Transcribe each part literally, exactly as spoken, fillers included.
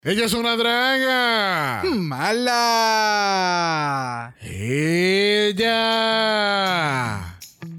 Ella es una draga. Mala. Ella.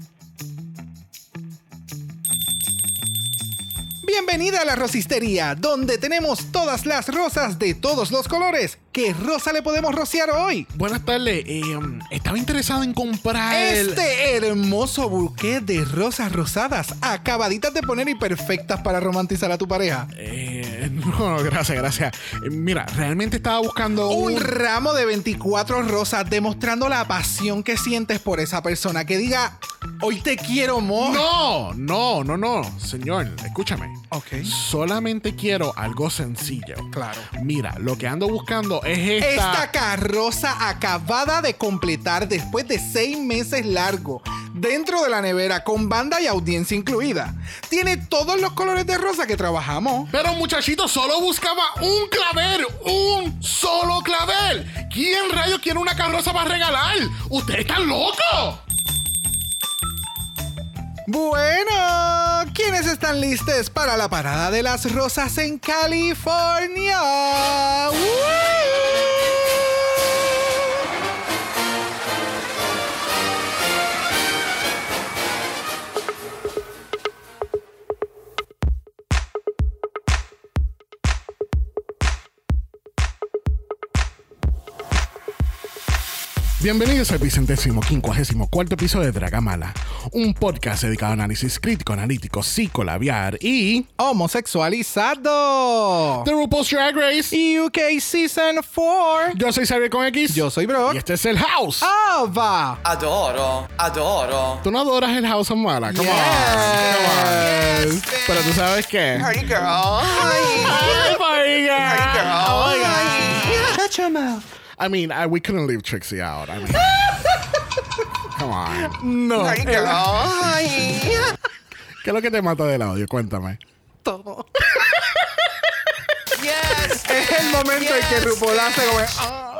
Bienvenida a la rosistería, donde tenemos todas las rosas de todos los colores. ¿Qué rosa le podemos rociar hoy? Buenas tardes. Eh, um, estaba interesado en comprar Este el... hermoso buqué de rosas rosadas, acabaditas de poner y perfectas para romantizar a tu pareja. Eh, no, gracias, gracias. Eh, mira, realmente estaba buscando Un un... ramo de veinticuatro rosas demostrando la pasión que sientes por esa persona. Que diga, hoy te quiero, amor. No, no, no, no. Señor, escúchame. Ok. Solamente quiero algo sencillo. Claro. Mira, lo que ando buscando es esta... Esta carroza acabada de completar después de seis meses largo, dentro de la nevera, con banda y audiencia incluida. Tiene todos los colores de rosa que trabajamos. Pero muchachito, solo buscaba un clavel, un solo clavel. ¿Quién rayos quiere una carroza para regalar? ¡Ustedes están locos! Bueno, ¿quiénes están listos para la parada de las rosas en California? ¡Woo! Bienvenidos al vicentésimo quincuagésimo cuarto episodio de Dragamala, un podcast dedicado a análisis crítico, analítico, psicolabiar y homosexualizado. The RuPaul's Drag Race U K Season cuatro. Yo soy Xavier con X. Yo soy Brock. Y este es el House. Ava. Adoro, adoro. Tú no adoras el House of Mala. Come Yes. on. Come on. Yes. Pero tú sabes qué. Party girl. Ay, party girl. Party girl. Oh my God. Shut your mouth. I mean, I, we couldn't leave Trixie out. I mean, come on. No. Party girl. Ay. ¿Qué es lo que te mata del audio? Cuéntame. Todo. Yes. Es el momento en que RuPaul hace como... "Ah".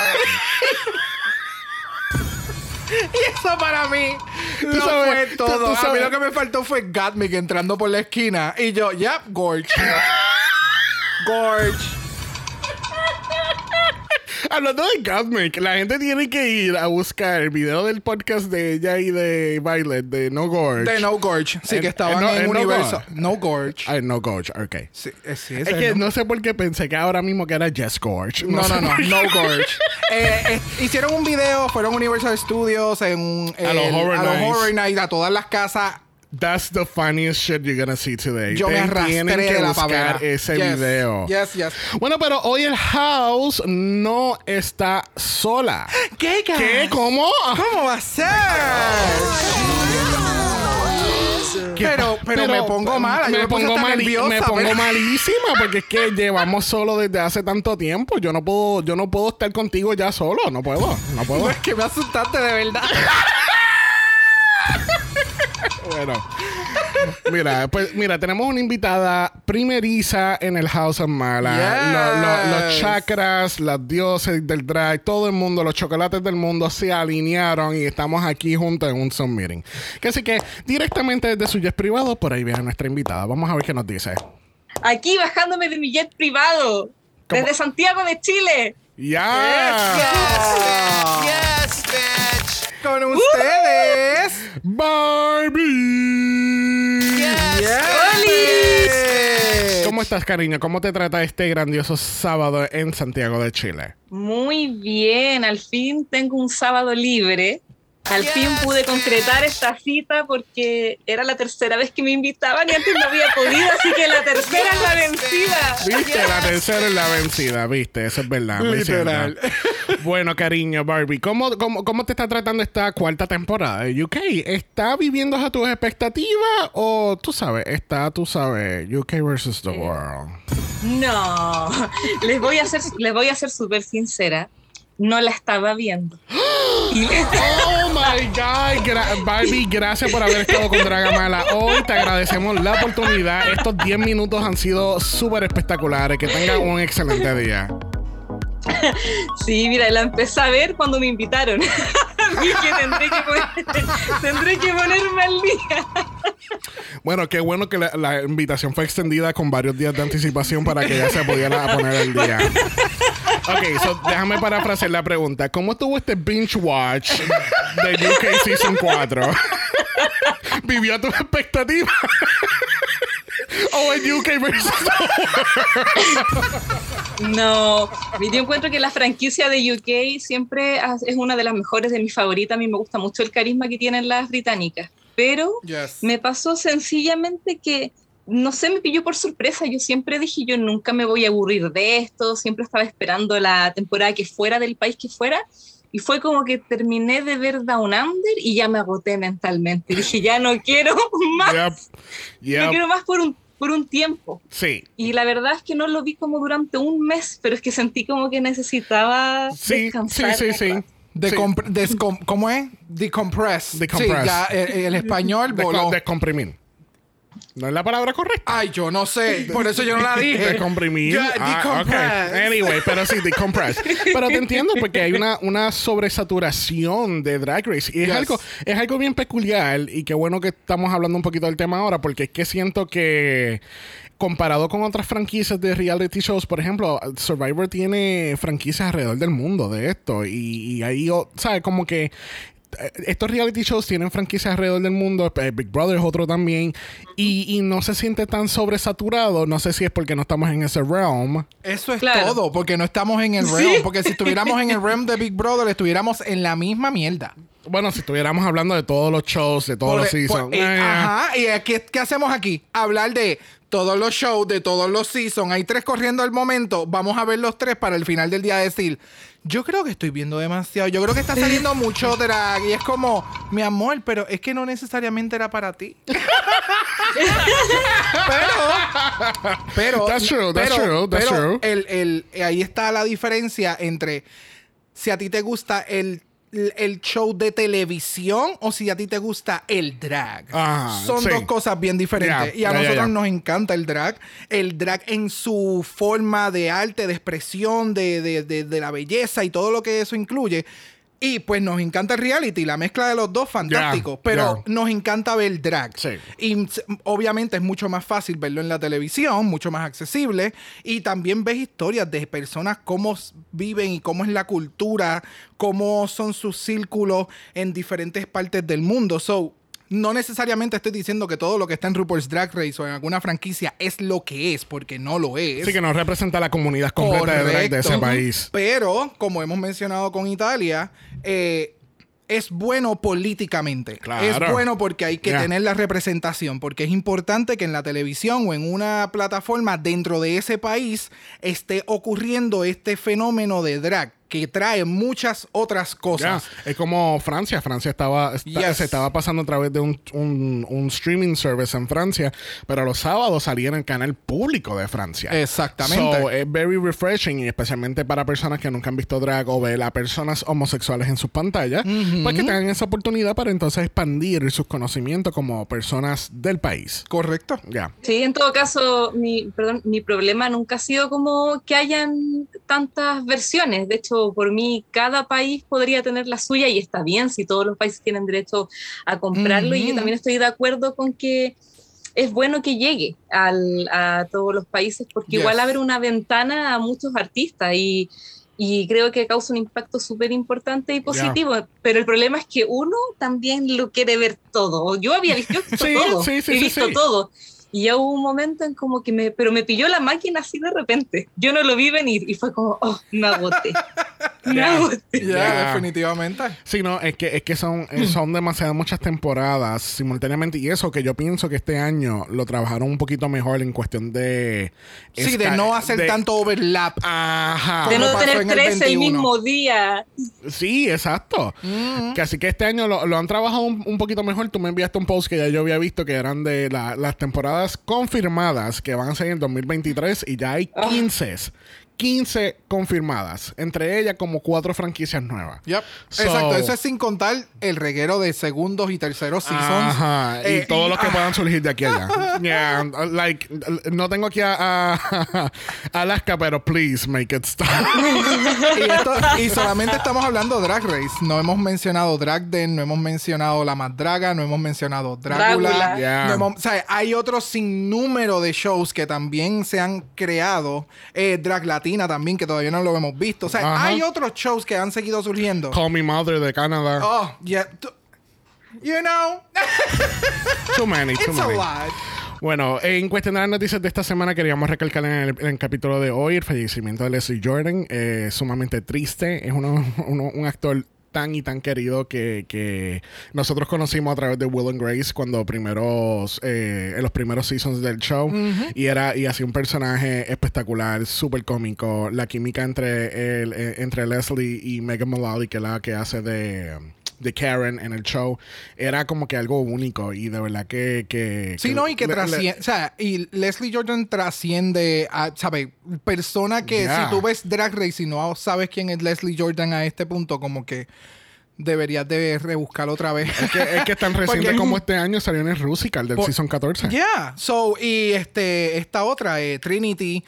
Y eso para mí lo sabes, fue tú- todo. tú A mí sabes. lo que me faltó fue Gatmic entrando por la esquina. Y yo, yep, Gorge. Gorge. Hablando de Gatmic, la gente tiene que ir a buscar el video del podcast de ella y de Violet, de No Gorge. De No Gorge. Sí, En- que estaban en no- en, en No universo. Gorge. No Gorge. Ay, No Gorge, ok. Sí, eh, sí, Es ese que es el no sé por qué pensé que ahora mismo que era Jess Gorge. No, sé no, no, por qué. no Gorge. Eh, eh, hicieron un video, fueron a Universal Studios en A los el- Horror a los Nights. Horror Nights, a todas las casas. That's the funniest shit you're gonna see today. Yo me Te arrastré tienen que de la buscar pavera. ese Yes, video. Yes, yes. Bueno, pero hoy el House no está sola. ¿Qué, guys? ¿Qué? ¿Cómo? ¿Cómo va a ser? Pero, pero, me pongo mala. Me, yo me puse pongo, hasta mali- nerviosa, me pongo pero- malísima porque es que llevamos solo desde hace tanto tiempo. Yo no puedo, yo no puedo estar contigo ya solo. No puedo, no puedo. No, es que me asustaste de verdad. Bueno, mira, pues mira, tenemos una invitada primeriza en el House of Mala. Yes. Lo- lo- los chakras, las dioses del drag, todo el mundo, los chocolates del mundo se alinearon y estamos aquí juntos en un Zoom meeting. Que así que directamente desde su jet privado, por ahí viene nuestra invitada. Vamos a ver qué nos dice. Aquí bajándome de mi jet privado, desde Santiago de Chile. ¡Ya! Yes, bitch. Con ustedes. ¡Barbie! Yes. Yes. ¿Cómo estás, cariño? ¿Cómo te trata este grandioso sábado en Santiago de Chile? Muy bien, al fin tengo un sábado libre. Al Yes, fin pude concretar bitch. esta cita porque era la tercera vez que me invitaban y antes no había podido, así que la tercera es la vencida. ¿Viste? La tercera es la vencida, ¿viste? Eso es verdad. me Literal. siento. Bueno, cariño, Barbie, ¿cómo, cómo, ¿cómo te está tratando esta cuarta temporada de U K? ¿Está viviendo a tus expectativas o, tú sabes, está, tú sabes, U K versus the world? No, les voy a ser, les voy a ser súper sincera. No la estaba viendo. Y Oh my God, Gra- Barbie, gracias por haber estado con Dragamala. Hoy te agradecemos la oportunidad. Estos diez minutos han sido súper espectaculares. Que tengas un excelente día. Sí, mira, la empecé a ver cuando me invitaron. Dije, tendré que, poner- tendré que ponerme al día. Bueno, qué bueno que la, la invitación fue extendida con varios días de anticipación para que ya se pudiera poner el día. Ok, so déjame parafrasear la pregunta. ¿Cómo estuvo este binge watch de U K Season cuatro? ¿Vivió tus expectativas? ¿O en U K versus No, yo encuentro que la franquicia de U K siempre es una de las mejores, de mis favoritas. A mí me gusta mucho el carisma que tienen las británicas. Pero Yes. me pasó sencillamente que, no sé, me pilló por sorpresa. Yo siempre dije, yo nunca me voy a aburrir de esto. Siempre estaba esperando la temporada que fuera del país que fuera. Y fue como que terminé de ver Down Under y ya me agoté mentalmente. Dije, ya no quiero más. Yep. Yep. No quiero más por un, por un tiempo. Sí. Y la verdad es que no lo vi como durante un mes, pero es que sentí como que necesitaba Sí, sí, descansar. sí, sí. Decom- descom- ¿Cómo es? Decompress. Decompress. Sí, ya el, el español Desco- voló. descomprimir. ¿No es la palabra correcta? Ay, yo no sé. Por eso yo no la dije. Descomprimir. Ya, Ah, decompress. ok. Anyway, pero sí, decompress. Pero te entiendo porque hay una, una sobresaturación de Drag Race. Y es, Yes. algo, es algo bien peculiar. Y qué bueno que estamos hablando un poquito del tema ahora, porque es que siento que comparado con otras franquicias de reality shows, por ejemplo, Survivor tiene franquicias alrededor del mundo de esto. Y, y ahí, o- ¿sabes? Como que estos reality shows tienen franquicias alrededor del mundo. eh, Big Brother es otro también. Y, y no se siente tan sobresaturado. No sé si es porque no estamos en ese realm. Eso es Claro. todo, porque no estamos en el realm. Porque si estuviéramos en el realm de Big Brother, estuviéramos en la misma mierda. Bueno, si estuviéramos hablando de todos los shows, de todos Por- los por- seasons. eh, eh, ajá. ¿Y aquí, qué hacemos aquí? Hablar de todos los shows, de todos los seasons. Hay tres corriendo al momento. Vamos a ver los tres para el final del día decir, yo creo que estoy viendo demasiado. Yo creo que está saliendo mucho drag. Y es como, mi amor, pero es que no necesariamente era para ti. pero, pero, That's true, that's pero- true, that's pero true. El, el, ahí está la diferencia entre si a ti te gusta el, el show de televisión o si a ti te gusta el drag. Ajá, Son sí. dos cosas bien diferentes. Ya, y a ya, ya, nosotros ya. nos encanta el drag. El drag en su forma de arte, de expresión, de, de, de, de la belleza y todo lo que eso incluye. Y pues nos encanta el reality, la mezcla de los dos, fantástico. Ya, pero ya. nos encanta ver drag. Sí. Y s- obviamente es mucho más fácil verlo en la televisión, mucho más accesible. Y también ves historias de personas, cómo s- viven y cómo es la cultura, cómo son sus círculos en diferentes partes del mundo. So, no necesariamente estoy diciendo que todo lo que está en RuPaul's Drag Race o en alguna franquicia es lo que es, porque no lo es. Sí, que no representa la comunidad completa de drag de ese Correcto. país. Pero, como hemos mencionado con Italia, eh, es bueno políticamente. Claro. Es bueno porque hay que Ya. tener la representación, porque es importante que en la televisión o en una plataforma dentro de ese país esté ocurriendo este fenómeno de drag que trae muchas otras Ya, cosas. es como Francia. Francia estaba está- Yes. se estaba pasando a través de un, un, un streaming service en Francia, pero los sábados salía en el canal público de Francia. Exactamente. So, es very refreshing, y especialmente para personas que nunca han visto drag o ver a personas homosexuales en sus pantallas, pues que tengan esa oportunidad para entonces expandir sus conocimientos como personas del país. Correcto. Ya. Sí, en todo caso, mi, perdón, mi problema nunca ha sido como que hayan tantas versiones. De hecho, por mí, cada país podría tener la suya y está bien si todos los países tienen derecho a comprarlo. Y yo Ujú. también estoy de acuerdo con que es bueno que llegue al, a todos los países porque Yes. igual abre una ventana a muchos artistas y, y creo que causa un impacto súper importante y positivo. Pero el problema es que uno también lo quiere ver todo. Yo había visto, yo he visto Sí, todo, sí, sí, he sí, visto sí. todo. Y ya hubo un momento en como que me, pero me pilló la máquina así de repente. Yo no lo vi venir y fue como, oh, me agoté. Me Ya. agoté. Ya, Ya. definitivamente. Sí, no, es que, es que son, eh, son demasiadas muchas temporadas simultáneamente. Y eso que yo pienso que este año lo trabajaron un poquito mejor en cuestión de... Sí, de esta- no hacer de- tanto overlap. Ajá. De Como no pasó tener en el tres el veintiuno. mismo día. Sí, exacto. Mm. Que así que este año lo, lo han trabajado un, un poquito mejor. Tú me enviaste un post que ya yo había visto que eran de la- las temporadas confirmadas que van a ser en dos mil veintitrés y ya hay Ah. quince. quince confirmadas. Entre ellas, como cuatro franquicias nuevas. Yep. So- Exacto. Eso es sin contar el reguero de segundos y terceros seasons. Ajá. Eh, y todos y- los que ah. puedan surgir de aquí a allá. Yeah. Like, no tengo aquí a, a- a Alaska, pero please make it stop. y, esto- y solamente estamos hablando Drag Race. No hemos mencionado Drag Den, no hemos mencionado La Más Draga, no hemos mencionado Drácula. Drácula. Yeah. No hemos- o sea, hay otro sinnúmero de shows que también se han creado. Eh, Drag Latina también, que todavía no lo hemos visto. O sea, Ajá. hay otros shows que han seguido surgiendo. Call Me Mother de Canadá. Oh, yeah. T- You know, Too many, too it's a many. lot. Bueno, en cuestión de las noticias de esta semana queríamos recalcar en el, en el capítulo de hoy el fallecimiento de Leslie Jordan. Eh, sumamente triste. Es uno, uno- un actor tan y tan querido que, que nosotros conocimos a través de Will and Grace cuando primeros eh, en los primeros seasons del show. Y era y hacía un personaje espectacular, súper cómico. La química entre, el, eh, entre Leslie y Megan Mullally, que es la que hace de... de Karen en el show, era como que algo único y de verdad que... que Sí, que no, y que le- le- trasciende, o sea, y Leslie Jordan trasciende a, ¿sabes? Persona que Yeah. si tú ves Drag Race y no sabes quién es Leslie Jordan a este punto, como que deberías de rebuscarlo otra vez. Es que, es que tan reciente Porque- como este año salió en el Rusical del Por- Season catorce. Yeah. So, y este, esta otra, eh, Trinity,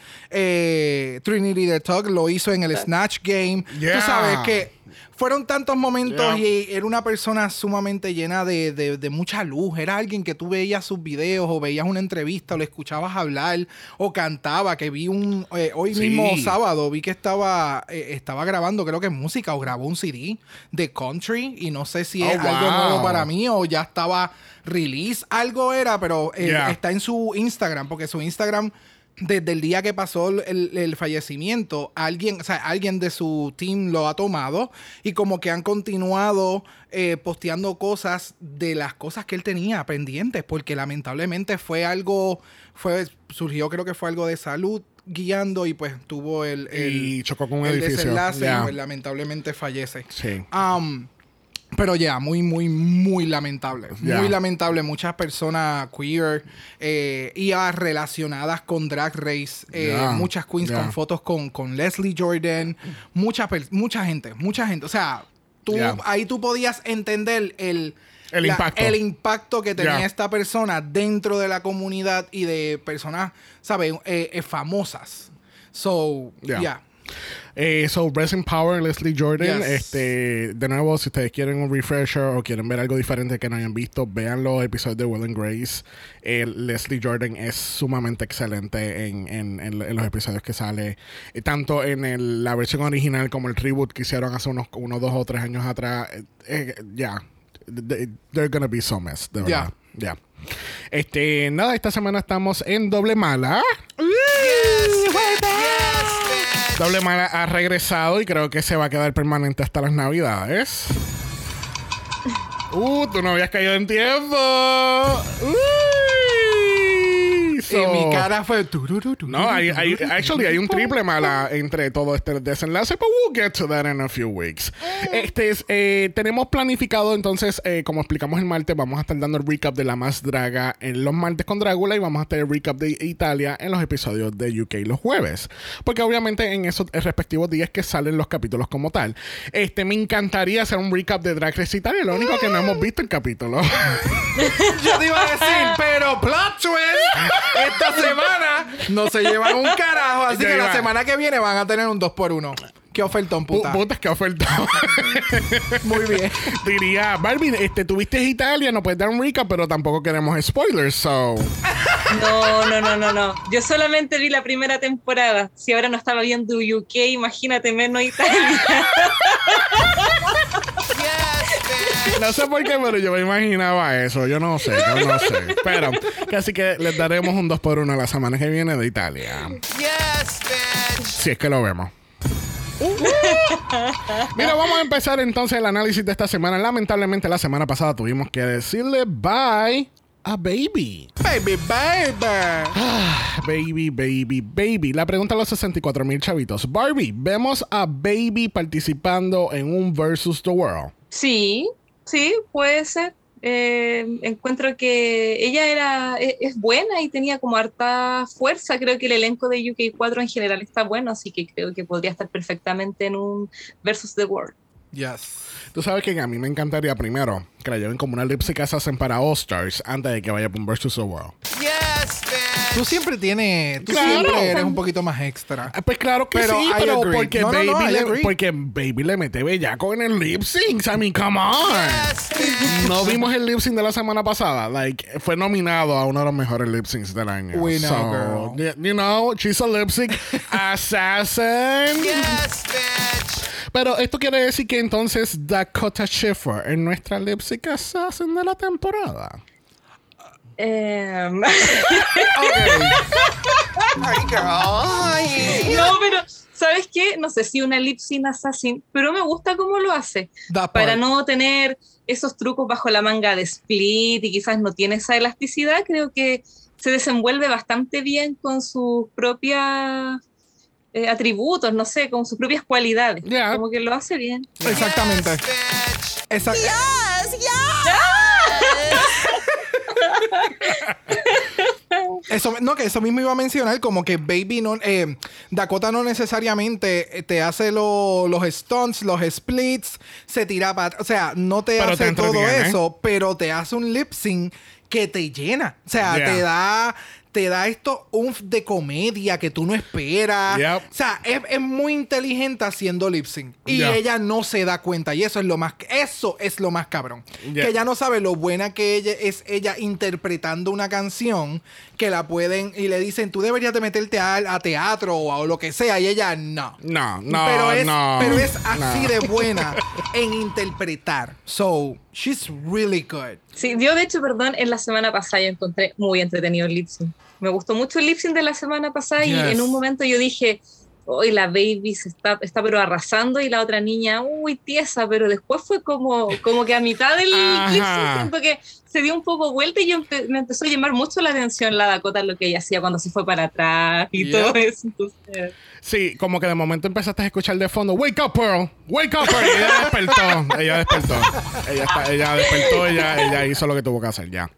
eh, Trinity the Tug lo hizo en el Snatch Game. Yeah. Tú sabes que fueron tantos momentos Yeah. y era una persona sumamente llena de, de, de mucha luz. Era alguien que tú veías sus videos o veías una entrevista o le escuchabas hablar o cantaba. Que vi un... eh, hoy Sí. mismo sábado vi que estaba, eh, estaba grabando, creo que música o grabó un C D de country y no sé si Oh, es algo wow. nuevo para mí o ya estaba release. Algo era, pero eh, Yeah. está en su Instagram porque su Instagram... Desde el día que pasó el, el fallecimiento, alguien, o sea, alguien de su team lo ha tomado y como que han continuado eh, posteando cosas de las cosas que él tenía pendientes, porque lamentablemente fue algo, fue, surgió creo que fue algo de salud guiando y pues tuvo el, el, Y chocó con un el edificio. desenlace Yeah. y pues lamentablemente fallece. Sí. Um, pero ya, muy, muy, muy lamentable. Ya. Muy lamentable. Muchas personas queer eh, y ah, relacionadas con Drag Race. eh, Ya. Muchas queens Ya. con fotos con, con Leslie Jordan. Mucha, per- mucha gente, mucha gente. O sea, tú, Ya. ahí tú podías entender el... El impacto. el impacto que tenía Ya. esta persona dentro de la comunidad y de personas, ¿sabes? Eh, eh, famosas. So, Ya. yeah. Eh, so, Rest in Power, Leslie Jordan. Yes. Este, de nuevo, si ustedes quieren un refresher o quieren ver algo diferente que no hayan visto, vean los episodios de Will and Grace. Eh, Leslie Jordan es sumamente excelente en, en, en, en los episodios que sale, eh, tanto en el- la versión original como el reboot que hicieron hace unos, unos dos o tres años atrás. Eh, eh, ya, They- they're gonna be so mess, de verdad. Ya. Este, nada, esta semana estamos en Doble Mala. Doble Mala ha regresado y creo que se va a quedar permanente hasta las Navidades. Uh, tú no habías caído en tiempo. Uy. So- Y mi cara fue... turururu, No, hay, hay, actually hay un triple mala entre todo este desenlace, but we'll get to that in a few weeks. Este es, eh, tenemos planificado entonces, eh, como explicamos el martes, vamos a estar dando el recap de La Más Draga en los martes con Drácula y vamos a estar el recap de Italia en los episodios de U K los jueves. Porque obviamente en esos respectivos días que salen los capítulos como tal. Este, me encantaría hacer un recap de Drag Race Italia, lo único que no hemos visto el capítulo. Yo te iba a decir, pero plot twist, esta semana no se llevan un carajo, así Ya que iba. la semana que viene van a tener un dos por uno. Qué ofertón, puta. Putas que oferta. Muy bien. Diría, Barbie, este, tuviste Italia, no puedes dar un recap, pero tampoco queremos spoilers, so. No, no, no, no, no. Yo solamente vi la primera temporada. Si ahora no estaba viendo U K, imagínate menos Italia. No sé por qué, pero yo me imaginaba eso. Yo no sé, yo no sé. Pero, casi que les daremos un dos por uno la semana que viene de Italia. Yes, bitch. Si es que lo vemos. Mira, vamos a empezar entonces el análisis de esta semana. Lamentablemente, la semana pasada tuvimos que decirle bye a Baby. Baby, baby. Baby, baby, baby. La pregunta a los sesenta y cuatro mil chavitos. Barbie, vemos a Baby participando en un Versus the World. Sí, sí, puede ser. Eh, encuentro que ella era es, es buena y tenía como harta fuerza. Creo que el elenco de U K cuatro en general está bueno, así que creo que podría estar perfectamente en un Versus the World. Yes. Tú sabes que a mí me encantaría primero que la lleven como una lip sync que se hacen para All Stars antes de que vaya por un Versus the World. Yes, bitch. Tú siempre tienes, tú Claro. siempre eres un poquito más extra. Ah, pues claro que Pero sí, I pero agree. porque, No, no, baby no, I le, agree. porque Baby le mete bellaco en el lip sync. I mean, come on. Yes, bitch. No vimos el lip sync de la semana pasada. Like, fue nominado a uno de los mejores lip syncs del año. We know, so, girl. y- You know, she's a lip sync assassin. Yes, bitch. Pero esto quiere decir que entonces Dakota Schiffer es nuestra lip sync assassin de la temporada. Em, Party girl. Ay. no, pero ¿sabes qué? No sé si una lip sync assassin, pero me gusta cómo lo hace. That Para part. no tener esos trucos bajo la manga de split y quizás no tiene esa elasticidad, creo que se desenvuelve bastante bien con sus propias eh, atributos, no sé, con sus propias cualidades. Yeah. Como que lo hace bien. Exactamente. Yes, bitch. Exact- Yes, yes. Eso, no, que eso mismo iba a mencionar, como que Baby no, eh, Dakota no necesariamente te hace lo- los stunts, los splits, se tira para, o sea, no te Pero hace te todo entretiene. eso, pero te hace un lip sync que te llena, o sea, Yeah. te da te da esto un de comedia que tú no esperas. Yep. O sea, es, es muy inteligente haciendo lip sync y Yeah. ella no se da cuenta y eso es lo más eso es lo más cabrón. Yeah. Que ella no sabe lo buena que ella es ella interpretando una canción que la pueden y le dicen tú deberías de meterte a, a teatro o a lo que sea y ella no. No, no, pero es, no. pero es así no. de buena en interpretar. So, she's really good. Sí, yo de hecho, perdón, en la semana pasada yo encontré muy entretenido el lip sync. Me gustó mucho el lip sync de la semana pasada y Yes. en un momento yo dije, hoy la baby se está, está pero arrasando y la otra niña, uy, tiesa, pero después fue como, como que a mitad del Ajá. lip sync siento que se dio un poco vuelta y yo empe- me empezó a llamar mucho la atención la Dakota, lo que ella hacía cuando se fue para atrás y Yep. todo eso. Entonces, Sí, como que de momento empezaste a escuchar de fondo, Wake up, Pearl, wake up, Pearl. Y ella despertó, ella despertó. Ella, está- ella despertó, ella, ella hizo lo que tuvo que hacer ya.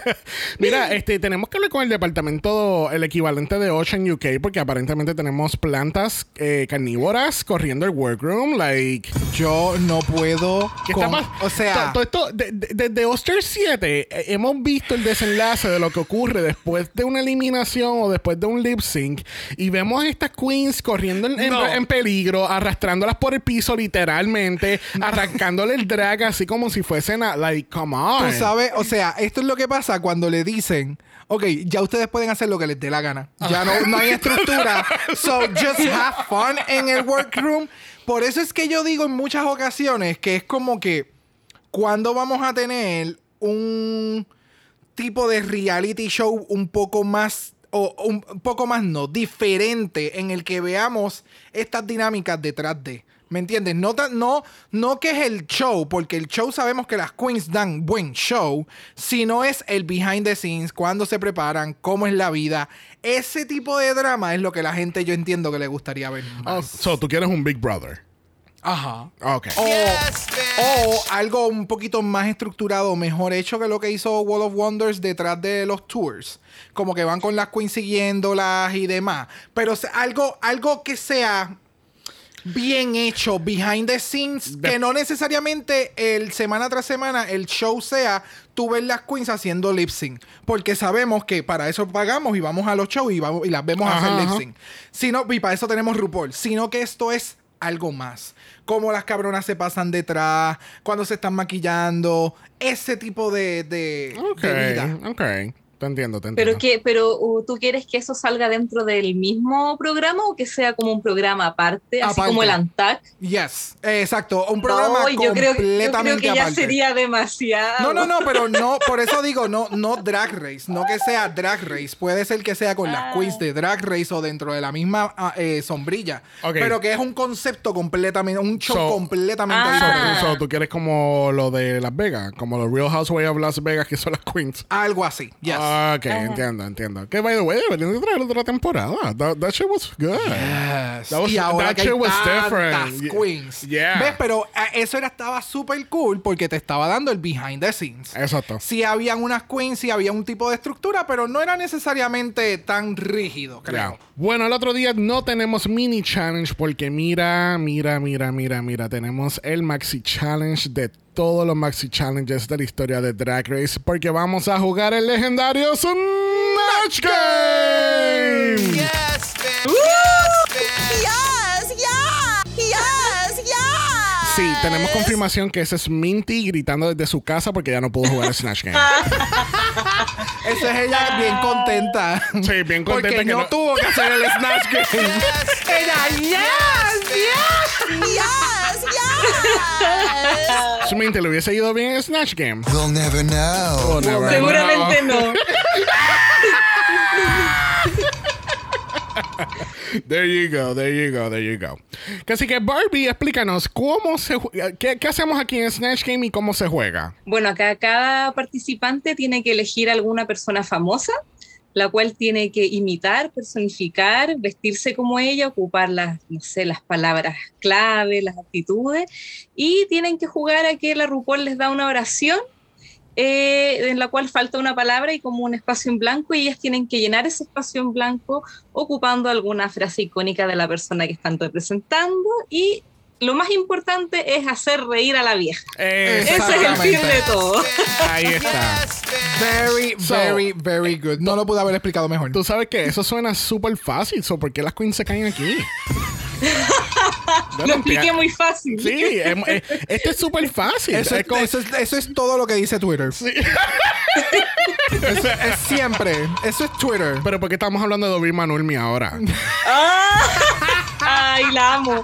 Mira, este, tenemos que hablar con el departamento, el equivalente de Ocean U K, porque aparentemente tenemos plantas eh, carnívoras corriendo el workroom, like... Yo no puedo ¿Qué con- está pas- o sea, todo esto, de- de- desde All-Star siete eh, hemos visto el desenlace de lo que ocurre después de una eliminación o después de un lip sync y vemos a estas queens corriendo en, en- No. en peligro, arrastrándolas por el piso literalmente, arrancándole el drag así como si fuesen a, like, come on. tú sabes, o sea, esto es lo que pasa cuando le dicen, ok, ya ustedes pueden hacer lo que les dé la gana. Ya no, no hay estructura. So just have fun en el workroom. Por eso es que yo digo en muchas ocasiones que es como que cuando vamos a tener un tipo de reality show un poco más o un poco más no, diferente en el que veamos estas dinámicas detrás de. ¿Me entiendes? No, ta- no, no que es el show, porque el show sabemos que las queens dan buen show, sino es el behind the scenes, cuándo se preparan, cómo es la vida. Ese tipo de drama es lo que la gente yo entiendo que le gustaría ver Oh, más. so, tú quieres un Big Brother. Ajá. Ok. O, Yes, bitch. o algo un poquito más estructurado, mejor hecho que lo que hizo Wall of Wonders detrás de los tours. Como que van con las queens siguiéndolas y demás. Pero se- algo, algo que sea bien hecho, behind the scenes, De- que no necesariamente el semana tras semana el show sea tú ves las queens haciendo lip sync. Porque sabemos que para eso pagamos y vamos a los shows y, vamos, y las vemos Ajá, hacer lip ajá. sync. Sino, y para eso tenemos RuPaul. Sino que esto es algo más. Cómo las cabronas se pasan detrás, cuando se están maquillando, ese tipo de, de, Ok, de vida. ok. Te entiendo, te entiendo. pero que, pero uh, ¿tú quieres que eso salga dentro del mismo programa o que sea como un programa aparte, así Aparte. como el Antac? Yes, eh, exacto. Un programa No, yo creo, que- yo creo completamente que ya aparte. sería demasiado. No, no, no, pero no, por eso digo, no, no Drag Race, no que sea Drag Race, puede ser que sea con las Ah. queens de Drag Race o dentro de la misma ah, eh, sombrilla, Ok. pero que es un concepto completamente, un show So- completamente Ah. diferente. So, tú quieres como lo de Las Vegas, como los Real Housewives of Las Vegas, que son las queens. Algo así, yes. Ok, entiendo, entiendo. Que, by the way, deberían de traer otra temporada. That, that shit was good. Yes. That was- y ahora that que hay shit was tantas different. queens. Yeah. ¿Ves? Pero eh, eso era, estaba súper cool porque te estaba dando el behind the scenes. Exacto. Sí habían unas queens, sí había un tipo de estructura, pero no era necesariamente tan rígido, creo. Ya. Bueno, el otro día no tenemos mini challenge porque mira, mira, mira, mira, mira, tenemos el maxi challenge de todos los maxi challenges de la historia de Drag Race porque vamos a jugar el legendario Snatch Game. Yes, bitch. Uh, Yes, bitch. Yes, yeah, yes, yeah. Sí, tenemos confirmación que ese es Minty gritando desde su casa porque ya no pudo jugar el Snatch Game. Eso es ella bien contenta. Sí, bien contenta Porque que no, no- tuvo que hacer el Snatch Game. Ella, yes, yes. Yes, yes. Si Minty le hubiese ido bien el Snatch Game. We'll never know. Oh, never Seguramente no. There you go, there you go, there you go. Que Así que Barbie, explícanos cómo se ju- qué, qué hacemos aquí en Snatch Game y cómo se juega. Bueno, acá cada participante tiene que elegir alguna persona famosa, la cual tiene que imitar, personificar, vestirse como ella, ocupar las, no sé, las palabras clave, las actitudes, y tienen que jugar a que la RuPaul les da una oración eh, en la cual falta una palabra y como un espacio en blanco, y ellas tienen que llenar ese espacio en blanco ocupando alguna frase icónica de la persona que están representando, y lo más importante es hacer reír a la vieja. Ese es el fin de todo. Ahí está. Very, So- very, very good. No lo pude haber explicado mejor. Tú sabes que eso suena súper fácil. So, ¿por qué las queens se caen aquí? Yo Lo no expliqué entiendo. muy fácil. Sí, em- eh, este es súper fácil. Eso Es es, como- eso, es, eso es todo lo que dice Twitter. Eso es siempre. Eso es Twitter. Pero ¿por qué estamos hablando de Dobby Manulmi ahora? Ay, la amo.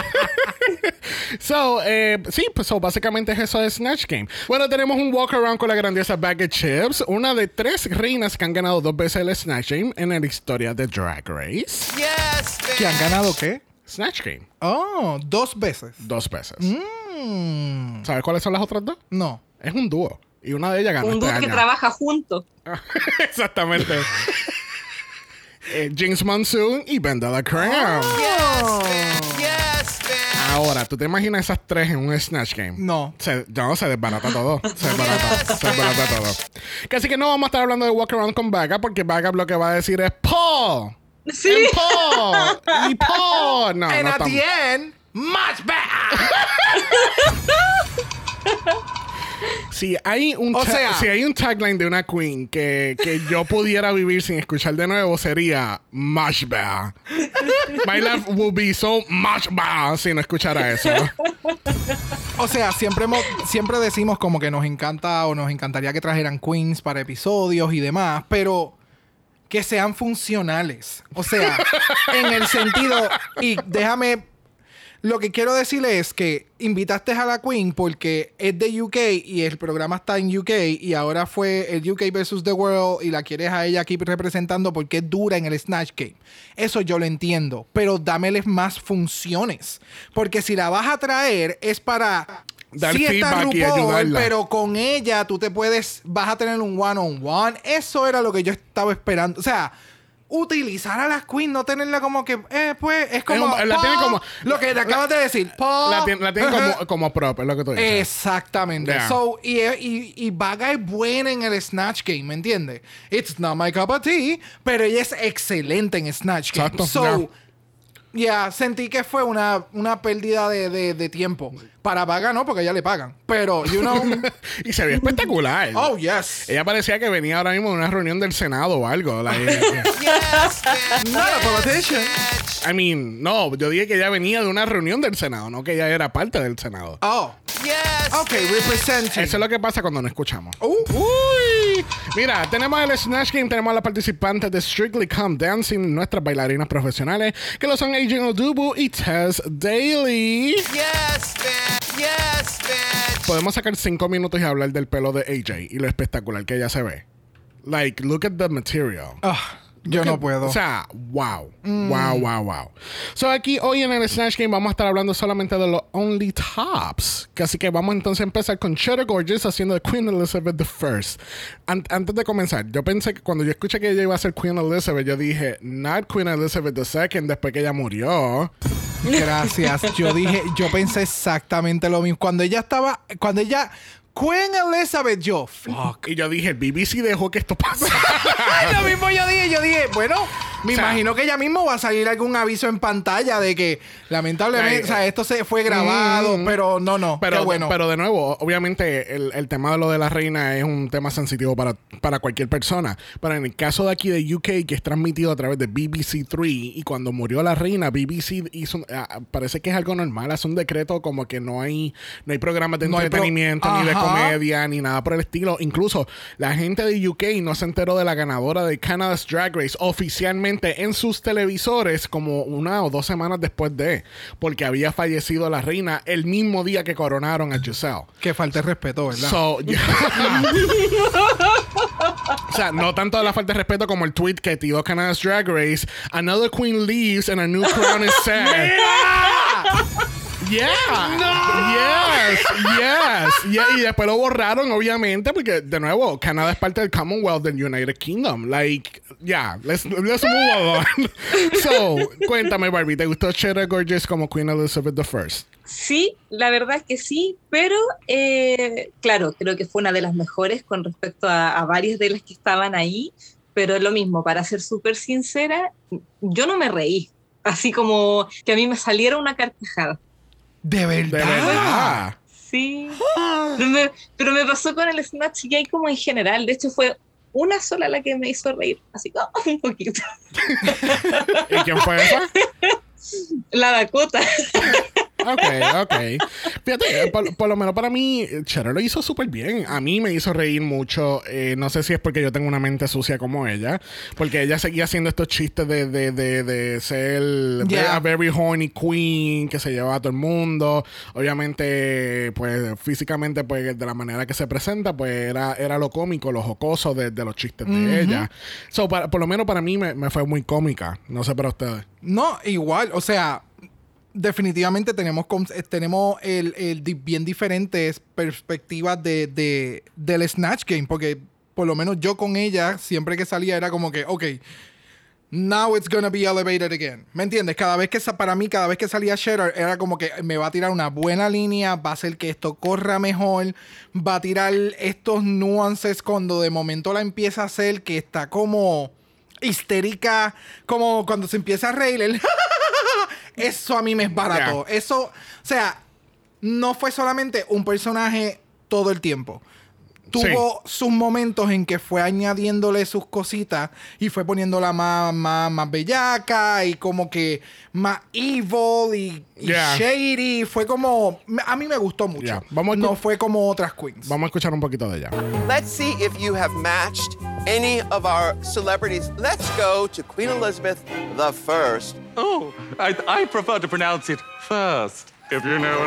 So, eh, sí, pues so, básicamente es eso de Snatch Game. Bueno, tenemos un walk around con la grandiosa Bag of Chips, una de tres reinas que han ganado dos veces el Snatch Game en la historia de Drag Race. Yes, ¿Que han ganado qué? Snatch Game, Oh, dos veces. dos veces. Mm, ¿Sabes cuáles son las otras dos? no. Es un dúo. Y una de ellas ganó Un este dúo que año. trabaja juntos. Exactamente. eh, Jinx Monsoon y Vendela Crown. Yes, bitch. Ahora, ¿tú te imaginas esas tres en un Snatch Game? No. Se, no, se desbarata todo. Se desbarata, se desbarata todo. Que así que no vamos a estar hablando de Walk Around con Vaga porque Vaga lo que va a decir es Paul. Sí. And Paul. Y Paul. No, And no at estamos. the end, much better. Si hay un, O ta- sea- si hay un tagline de una queen que, que yo pudiera vivir sin escuchar de nuevo, sería much better. My life will be so much better si no escuchara eso. O sea, siempre, hemos- siempre decimos como que nos encanta o nos encantaría que trajeran queens para episodios y demás, pero que sean funcionales. O sea, en el sentido, y déjame, lo que quiero decirle es que invitaste a la queen porque es de U K y el programa está en U K y ahora fue el U K versus The World y la quieres a ella aquí representando porque es dura en el Snatch Game. Eso yo lo entiendo, pero dámeles más funciones. Porque si la vas a traer es para... Dar sí está feedback y RuPaul, ayudarla. pero con ella tú te puedes... Vas a tener un one-on-one. Eso era lo que yo estaba esperando. O sea... Utilizar a las queens, no tenerla como que, eh, pues, es como. Es un- la pop, tienen como- Lo que te acabas de decir. Pop. La, tien- la tienen como, como prop, es lo que tú dices. Exactamente. Yeah. So, y, y, y Vaga es buena en el Snatch Game, ¿me entiendes? It's not my cup of tea, pero ella es excelente en Snatch Game. Exacto, So, yeah, sentí que fue una, una pérdida de, de, de tiempo. Para Vaga no, porque ya le pagan. Pero, you know. Y se ve espectacular. Oh, yes. Ella parecía que venía ahora mismo de una reunión del Senado o algo. Like, Yes, bitch. Not a politician. I mean, no, yo dije que ella venía de una reunión del Senado, no que ella era parte del Senado. Oh. Yes. Ok, representing. Eso es lo que pasa cuando no escuchamos. Uh. Uy. Mira, tenemos el Snatch Game, tenemos a las participantes de Strictly Come Dancing, nuestras bailarinas profesionales, que lo son Agent Odubu y Tess Daly. Yes, bitch. Yes, bitch. Podemos sacar cinco minutos y hablar del pelo de A J y lo espectacular que ella se ve. Like, look at the material. Ah, Yo no puedo. O sea, wow. Mm. Wow, wow, wow. So, aquí hoy en el Snatch Game vamos a estar hablando solamente de los Only Tops. Que así que vamos entonces a empezar con Cheddar Gorgeous haciendo de Queen Elizabeth the First. An- antes de comenzar, yo pensé que cuando yo escuché que ella iba a ser Queen Elizabeth, yo dije, not Queen Elizabeth the Second, después que ella murió. Gracias. Yo dije, yo pensé exactamente lo mismo. Cuando ella estaba, cuando ella... Queen Elizabeth, yo, fuck. Y yo dije, el B B C dejó que esto pasara. Lo mismo yo dije, yo dije, bueno, me o sea, imagino que ya mismo va a salir algún aviso en pantalla de que lamentablemente, ay, o sea, esto se fue grabado, mm, pero no, no, pero, qué bueno. Pero de nuevo, obviamente el, el tema de lo de la reina es un tema sensitivo para, para cualquier persona. Pero en el caso de aquí de U K, que es transmitido a través de B B C tres, y cuando murió la reina, B B C hizo, uh, parece que es algo normal, hace un decreto como que no hay, no hay programas de no entretenimiento, pro- ni de comedia, ni nada por el estilo. Incluso la gente de U K no se enteró de la ganadora de Canada's Drag Race oficialmente en sus televisores como una o dos semanas después de, porque había fallecido la reina el mismo día que coronaron a Giselle. Que falta de respeto, ¿verdad? So, yeah. O sea, no tanto de la falta de respeto como el tweet que tiró Canada's Drag Race. Another queen leaves and a new crown is set. Yeah. No. Yes. Yes. Yeah. Y después lo borraron, obviamente, porque de nuevo, Canadá es parte del Commonwealth del United Kingdom. Like, yeah. Let's, let's move on. So, cuéntame, Barbie, ¿te gustó Cheddar Gorgeous como Queen Elizabeth the First? Sí, la verdad es que sí, pero eh, claro, creo que fue una de las mejores con respecto a, a varias de las que estaban ahí, pero lo mismo, para ser súper sincera, yo no me reí, así como que a mí me saliera una carcajada. ¿De verdad? ¿De verdad? Sí. Pero me, pero me pasó con el Snatch Game como en general. De hecho, fue una sola la que me hizo reír. Así como un poquito. ¿Y quién fue esa? La Dakota. Ok, ok. Fíjate, por, por lo menos para mí, Cheddar lo hizo súper bien. A mí me hizo reír mucho. Eh, no sé si es porque yo tengo una mente sucia como ella. Porque ella seguía haciendo estos chistes de, de, de, de ser yeah. a very horny queen que se llevaba a todo el mundo. Obviamente, pues físicamente, pues de la manera que se presenta, pues era, era lo cómico, lo jocoso de, de los chistes de mm-hmm. ella. So, para, por lo menos para mí me, me fue muy cómica. No sé para ustedes. No, igual. O sea... Definitivamente tenemos, tenemos el, el bien diferentes perspectivas de, de, del Snatch Game, porque por lo menos yo con ella, siempre que salía era como que, ok, now it's gonna be elevated again. ¿Me entiendes? Cada vez que, para mí, cada vez que salía Cheddar, era como que me va a tirar una buena línea, va a hacer que esto corra mejor, va a tirar estos nuances cuando de momento la empieza a hacer que está como histérica, como cuando se empieza a reír el... Eso a mí me es barato. Yeah. Eso, o sea, no fue solamente un personaje todo el tiempo. Tuvo sí. sus momentos en que fue añadiéndole sus cositas y fue poniéndola más, más, más bellaca y como que más evil y, y yeah. shady. Fue como... A mí me gustó mucho. Yeah. Vamos no fue como otras queens. Vamos a escuchar un poquito de ella. Let's see if you have matched any of our celebrities. Let's go to Queen Elizabeth the First. Oh, I, I prefer to pronounce it first, if you know what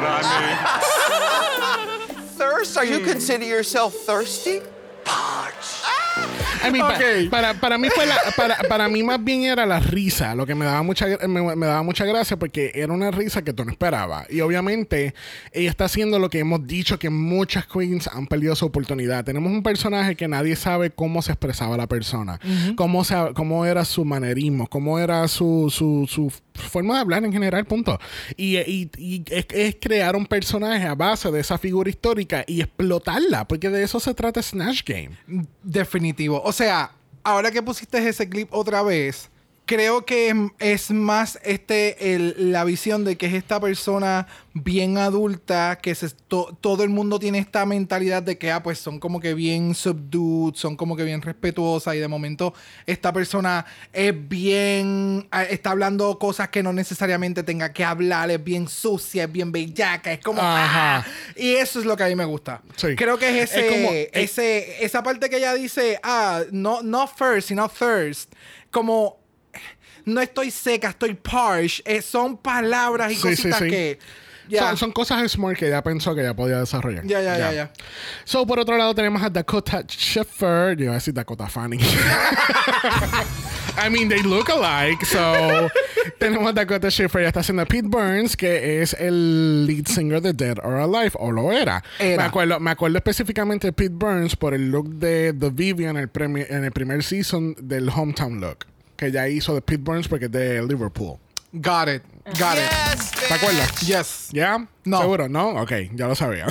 I mean. Thirst? Are you consider yourself thirsty? Parch. I mean, okay. pa, para, para mí fue la, para, para mí más bien era la risa lo que me daba mucha me, me daba mucha gracia, porque era una risa que tú no esperabas, y obviamente ella está haciendo lo que hemos dicho que muchas queens han perdido su oportunidad. Tenemos un personaje que nadie sabe cómo se expresaba la persona, uh-huh. cómo, se, cómo era su manerismo, cómo era su, su, su forma de hablar en general, punto. Y, y, y es, es crear un personaje a base de esa figura histórica y explotarla, porque de eso se trata Snatch Game. Definitivo. O sea, ahora que pusiste ese clip otra vez, creo que es más este el, la visión de que es esta persona bien adulta, que se, to, todo el mundo tiene esta mentalidad de que ah, pues son como que bien subdued, son como que bien respetuosas, y de momento esta persona es bien, está hablando cosas que no necesariamente tenga que hablar, es bien sucia, es bien bellaca, es como ajá. ah, y eso es lo que a mí me gusta. Sí. Creo que es ese, es como, ese es, esa parte que ella dice, ah, no, no first, sino thirst, como no estoy seca, estoy parched. Eh, son palabras y sí, cositas sí, sí. que... Yeah. Son, son cosas smart que ella pensó que ella podía desarrollar. Ya, ya, ya, ya. So, por otro lado, tenemos a Dakota Schiffer. Yo iba a decir Dakota Fanning. I mean, they look alike. So, tenemos a Dakota Schiffer. Ya está haciendo a Pete Burns, que es el lead singer de Dead or Alive, o lo era. Era. Me acuerdo, me acuerdo específicamente de Pete Burns por el look de The Vivian en el, premi- en el primer season del Hometown look, que ya hizo de Pete Burns porque es de Liverpool. Got it. Got Yes, it. ¿Te acuerdas? Yes. ¿Ya? No. ¿Seguro? ¿No? Ok, ya lo sabía.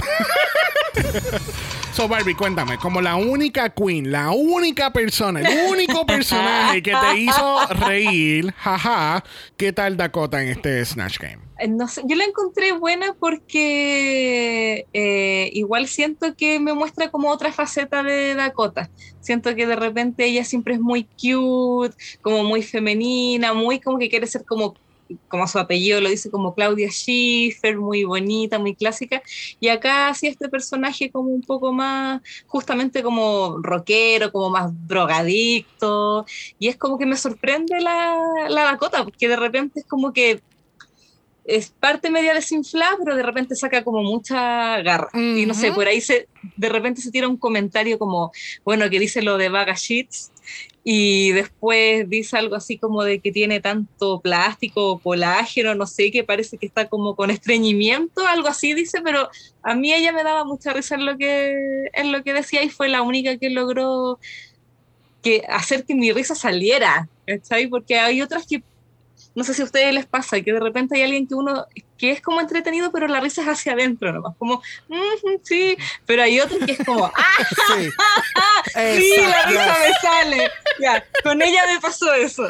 So, Barbie, cuéntame, como la única queen, la única persona, el único personaje que te hizo reír, jaja, ¿qué tal Dakota en este Snatch Game? Eh, No sé, yo la encontré buena porque eh, igual siento que me muestra como otra faceta de Dakota. Siento que de repente ella siempre es muy cute, como muy femenina, muy como que quiere ser como, como su apellido lo dice, como Claudia Schiffer, muy bonita, muy clásica. Y acá sí este personaje como un poco más, justamente como rockero, como más drogadicto. Y es como que me sorprende la, la Dakota, porque de repente es como que es parte media desinflada, pero de repente saca como mucha garra. Uh-huh. Y no sé, por ahí se, de repente se tira un comentario como, bueno, que dice lo de Vaga Sheets, y después dice algo así como de que tiene tanto plástico, colágeno, no sé, que parece que está como con estreñimiento, algo así dice, pero a mí ella me daba mucha risa en lo que, en lo que decía, y fue la única que logró que hacer que mi risa saliera, ¿sabes? Porque hay otras que no sé si a ustedes les pasa, que de repente hay alguien que uno, que es como entretenido, pero la risa es hacia adentro nomás, como, mm, sí, pero hay otro que es como, ¡ah! Sí, sí la risa me sale. Ya, con ella me pasó eso.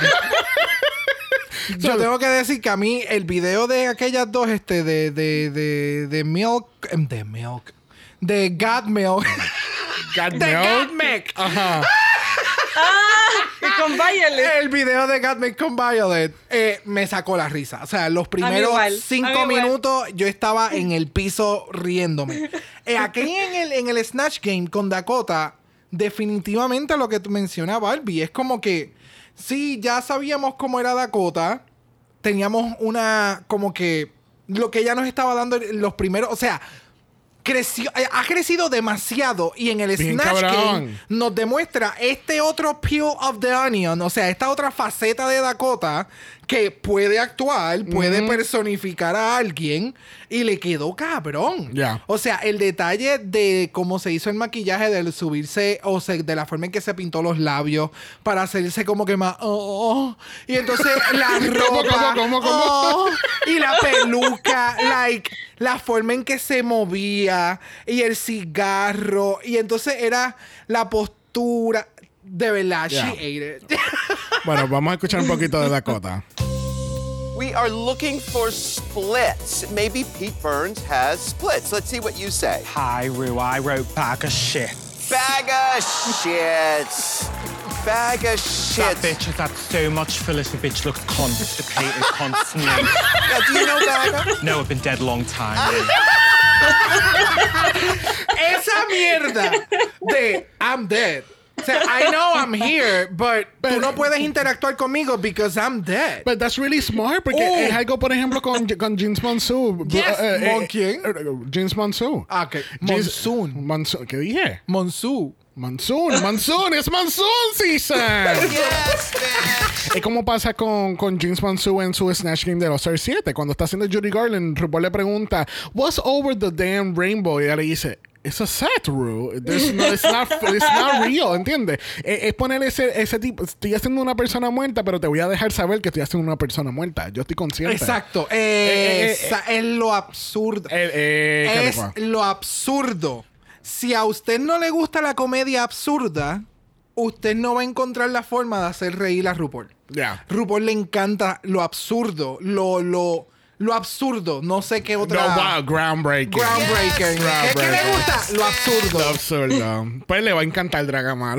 Yo tengo que decir que a mí el video de aquellas dos, este, de, de, de, de Milk, de Milk, de God Milk, God de Milk. God Milk. Ajá. Ah, con Violet. El video de God Milk con Violet eh, me sacó la risa. O sea, los primeros igual, cinco minutos yo estaba en el piso riéndome. Eh, aquí en el, en el Snatch Game con Dakota, definitivamente lo que tú mencionas, Barbie, es como que sí, ya sabíamos cómo era Dakota. Teníamos una, como que lo que ella nos estaba dando en los primeros, o sea, creció, ha crecido demasiado, y en el Bien Snatch cabrón. Game nos demuestra este otro peel of the onion, o sea, esta otra faceta de Dakota que puede actuar, puede Mm. personificar a alguien, y le quedó cabrón. Ya. O sea, el detalle de cómo se hizo el maquillaje, del subirse, o sea, de la forma en que se pintó los labios para hacerse como que más, oh, oh. Y entonces la ropa, cómo, cómo, cómo? oh, y la peluca, like, la forma en que se movía, y el cigarro, y entonces era la postura. De verdad, Yeah. she ate it. Bueno, vamos a escuchar un poquito de Dakota. We are looking for splits. Maybe Pete Burns has splits. Let's see what you say. Hi, Rue. I wrote bag of shit. Bag of shits. Bag of That shits. bitch has had so much filler. The bitch looks constipated constantly. Now, do you know Bag of? No, I've been dead a long time. Esa mierda de I'm dead. O sea, I know I'm here, but tú no puedes interactuar conmigo because I'm dead. But that's really smart, porque Oh. es algo, por ejemplo, con, con Jeans Monsoon. Yes. Eh, eh, ¿Con quién? eh, Jeans Monsoon. Ah, ok. Jeans- Monsoon. Monsoon. ¿Qué dije? Monsoon. Monsoon. Monsoon. Es Monsoon season. Yes, bitch. Es como pasa con, con Jeans Monsoon en su Snatch Game de los All siete. Cuando está haciendo Judy Garland, RuPaul le pregunta, "What's over the damn rainbow?" Y ella le dice, "It's a set, Ru. There's no, it's, not, it's not real", ¿entiendes? Es, es poner ese, ese tipo, estoy haciendo una persona muerta, pero te voy a dejar saber que estoy haciendo una persona muerta. Yo estoy consciente. Exacto. eh, Esa es lo absurdo. Eh, eh, ¿qué es te pasa? lo absurdo. Si a usted no le gusta la comedia absurda, usted no va a encontrar la forma de hacer reír a RuPaul. Ya. RuPaul le encanta lo absurdo, lo, lo, lo absurdo. No sé qué otra. No, wow, groundbreaking. Groundbreaker. Yes, ¿Qué, ¿Qué le groundbreaking. gusta? Lo absurdo. Lo absurdo. Pues le va a encantar Dragamal.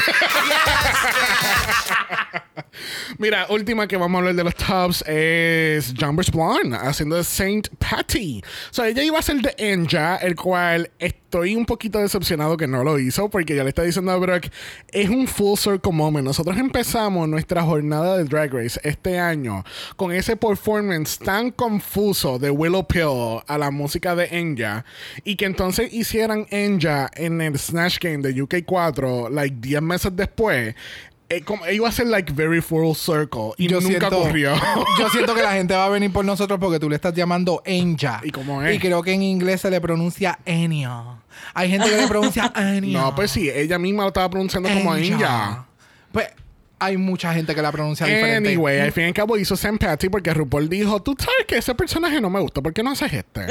Mira, última que vamos a hablar de los tops es Jumbers Blonde haciendo de Saint Patty. O sea, ella iba a ser de Enja, el cual estoy un poquito decepcionado que no lo hizo, porque ya le está diciendo a Brooke, es un full circle moment. Nosotros empezamos nuestra jornada de Drag Race este año con ese performance tan confuso de Willow Pill a la música de Enja, y que entonces hicieran Enja en el Snatch Game de U K cuatro, like diez meses después. eh, como, iba a ser like very full circle y Yo nunca siento, ocurrió. Yo siento que la gente va a venir por nosotros porque tú le estás llamando Enya. ¿Y cómo es? Y creo que en inglés se le pronuncia Enya. Hay gente que le pronuncia Enya. No, pues sí, ella misma lo estaba pronunciando como Enya. Pues hay mucha gente que la pronuncia diferente. Anyway, al fin y al cabo hizo Saint Patty porque RuPaul dijo, tú sabes que ese personaje no me gusta, ¿por qué no haces este?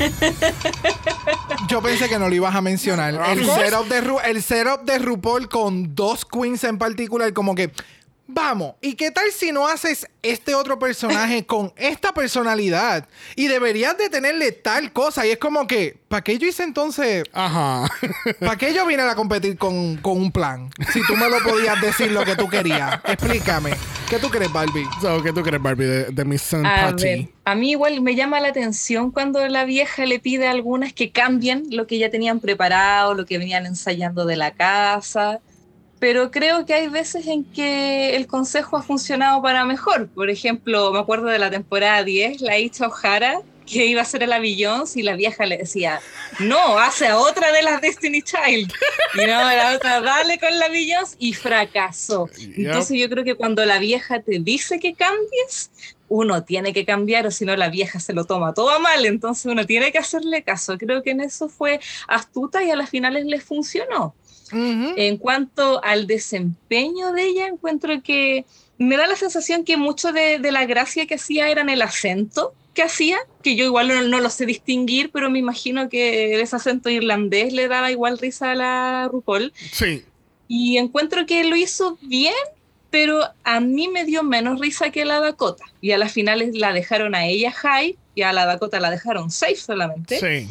Yo pensé que no lo ibas a mencionar. Of El course. setup, de Ru- el setup de RuPaul con dos queens en particular, como que, vamos, ¿y qué tal si no haces este otro personaje con esta personalidad? Y deberías de tenerle tal cosa. Y es como que, ¿para qué yo hice entonces? Ajá. ¿Para qué yo vine a competir con, con un plan? Si tú me lo podías decir lo que tú querías. Explícame. ¿Qué tú crees, Barbie? So, ¿qué tú crees, Barbie, de, de Miss Saint A Patty? ver, a mí igual me llama la atención cuando la vieja le pide a algunas que cambien lo que ya tenían preparado, lo que venían ensayando de la casa. Pero creo que hay veces en que el consejo ha funcionado para mejor. Por ejemplo, me acuerdo de la temporada diez, la Aisha O'Hara, que iba a ser a la Beyoncé y la vieja le decía, no, hace a otra de las Destiny Child. Y no, la otra, dale con la Beyoncé y fracasó. Yep. Entonces yo creo que cuando la vieja te dice que cambies, uno tiene que cambiar o si no la vieja se lo toma todo a mal. Entonces uno tiene que hacerle caso. Creo que en eso fue astuta y a las finales les funcionó. Uh-huh. En cuanto al desempeño de ella, encuentro que me da la sensación que mucho de, de la gracia que hacía era en el acento que hacía, que yo igual no, no lo sé distinguir, pero me imagino que ese acento irlandés le daba igual risa a la RuPaul. Sí. Y encuentro que lo hizo bien, pero a mí me dio menos risa que la Dakota. Y a las finales la dejaron a ella high y a la Dakota la dejaron safe solamente. Sí.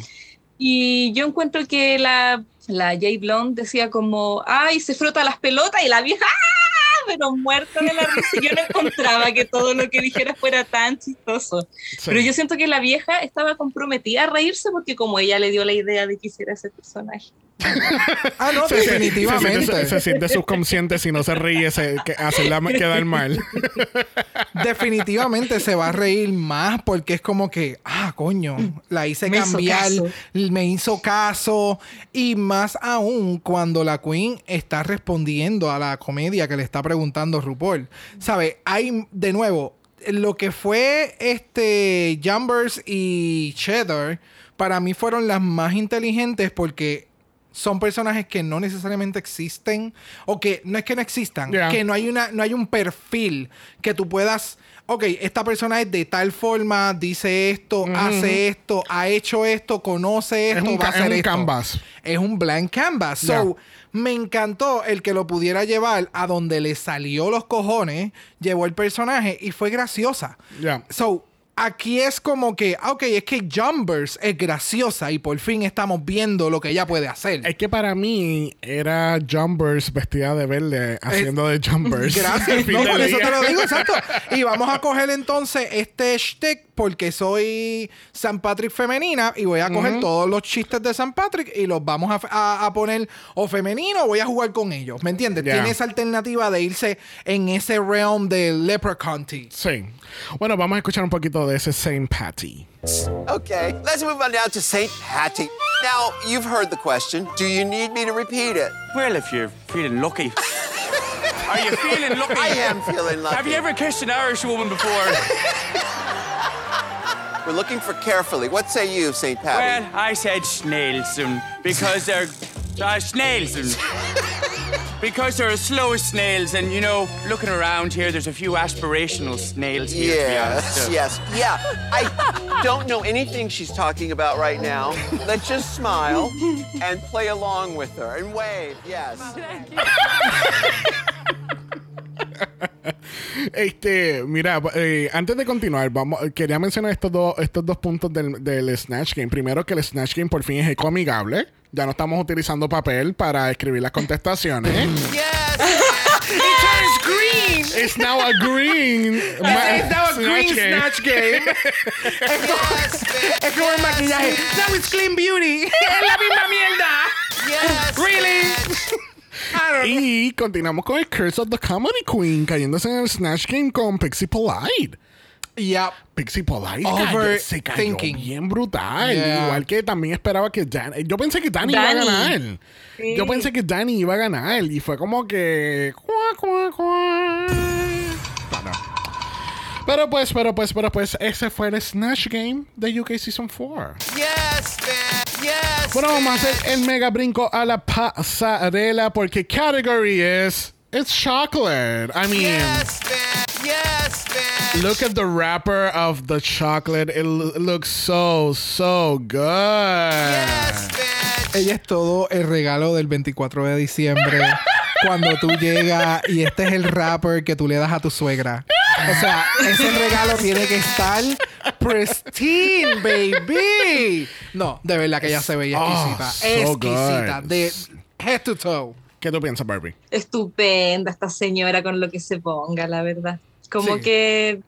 Y yo encuentro que la, la Jay Blonde decía como, ay, se frota las pelotas y la vieja, ¡ah! Pero muerta de la risa. Yo no encontraba que todo lo que dijera fuera tan chistoso. Sí. Pero yo siento que la vieja estaba comprometida a reírse porque como ella le dio la idea de que hiciera ese personaje. Ah, no, Se- se- definitivamente. Se, siente, se siente subconsciente si no se ríe, se, que, hacerla quedar mal. Definitivamente se va a reír más porque es como que, ah, coño, la hice Me hizo cambiar, caso. me hizo caso. Y más aún cuando la Queen está respondiendo a la comedia que le está preguntando RuPaul. ¿Sabe? Hay, de nuevo, lo que fue este Jumbers y Cheddar, para mí fueron las más inteligentes porque son personajes que no necesariamente existen o que no es que no existan, Yeah. que no hay una no hay un perfil que tú puedas, ok, esta persona es de tal forma, dice esto, Ujú. hace esto, ha hecho esto, conoce Es esto, un, va a ca- es hacer un esto. canvas. Es un blank canvas. Yeah. So, me encantó el que lo pudiera llevar a donde le salió los cojones, llevó el personaje y fue graciosa. Yeah. So, aquí es como que, ah, ok, es que Jumbers es graciosa y por fin estamos viendo lo que ella puede hacer. Es que para mí era Jumbers vestida de verde haciendo de Jumbers. Gracias. Fin No, del por eso día. te lo digo, exacto. Y vamos a coger entonces este shtick porque soy San Patrick femenina y voy a coger Ujú. todos los chistes de San Patrick y los vamos a, a- a poner o femenino o voy a jugar con ellos. ¿Me entiendes? Yeah. Tiene esa alternativa de irse en ese realm de leprechaunty. Sí. Bueno, vamos a escuchar un poquito de ese Saint Patty. Okay, let's move on now to Saint Patty. Now, you've heard the question. Do you need me to repeat it? Well, if you're feeling lucky. Are you feeling lucky? I am feeling lucky. Have you ever kissed an Irish woman before? We're looking for carefully. What say you, Saint Patty? Well, I said snailsum because they're uh, snailsum. Because they're as slow as snails, and you know, looking around here, there's a few aspirational snails here. to be honest. Yes, So- yes, yeah. I don't know anything she's talking about right now. Let's just smile and play along with her and wave. Yes. Este, mira, eh, antes de continuar, vamos, quería mencionar estos dos, estos dos puntos del, del Snatch Game. Primero, que el Snatch Game por fin es ecoamigable. Ya no estamos utilizando papel para escribir las contestaciones. Yes. It turns green. It's now a green. ma- It's now a green game. snatch game. es, como, es como el maquillaje. Now it's clean beauty. Es la misma mierda. Yes. Really? bitch. I don't know. Y continuamos con el Curse of the Comedy Queen, cayéndose en el Snatch Game con Pixie Polite. Yep. Pixie Polite cayó, se cayó Overthinking. bien brutal. Yeah. Igual que también esperaba que Dan... Yo pensé que Danny, iba a Danny. ganar. Sí. Yo pensé que Danny iba a ganar. Y fue como que... Cuá, cuá, cuá. Pero, pero pues, pero pues, pero pues, ese fue el Snatch Game de U K Season cuatro. Yes, man. Yes. Bueno, vamos a hacer el mega brinco a la pasarela porque category es... It's chocolate. I mean... Yes, man. Yes, man. Look at the wrapper of the chocolate. It l- looks so, so good. Yes, man. Ella es todo el regalo del veinticuatro de diciembre. Cuando tú llegas y este es el wrapper que tú le das a tu suegra. O sea, ese regalo tiene que estar pristine, baby. No, de verdad que ella se veía Oh, exquisita. so exquisita. good. De head to toe. ¿Qué tú piensas, Barbie? Estupenda esta señora con lo que se ponga, la verdad. Como Sí. que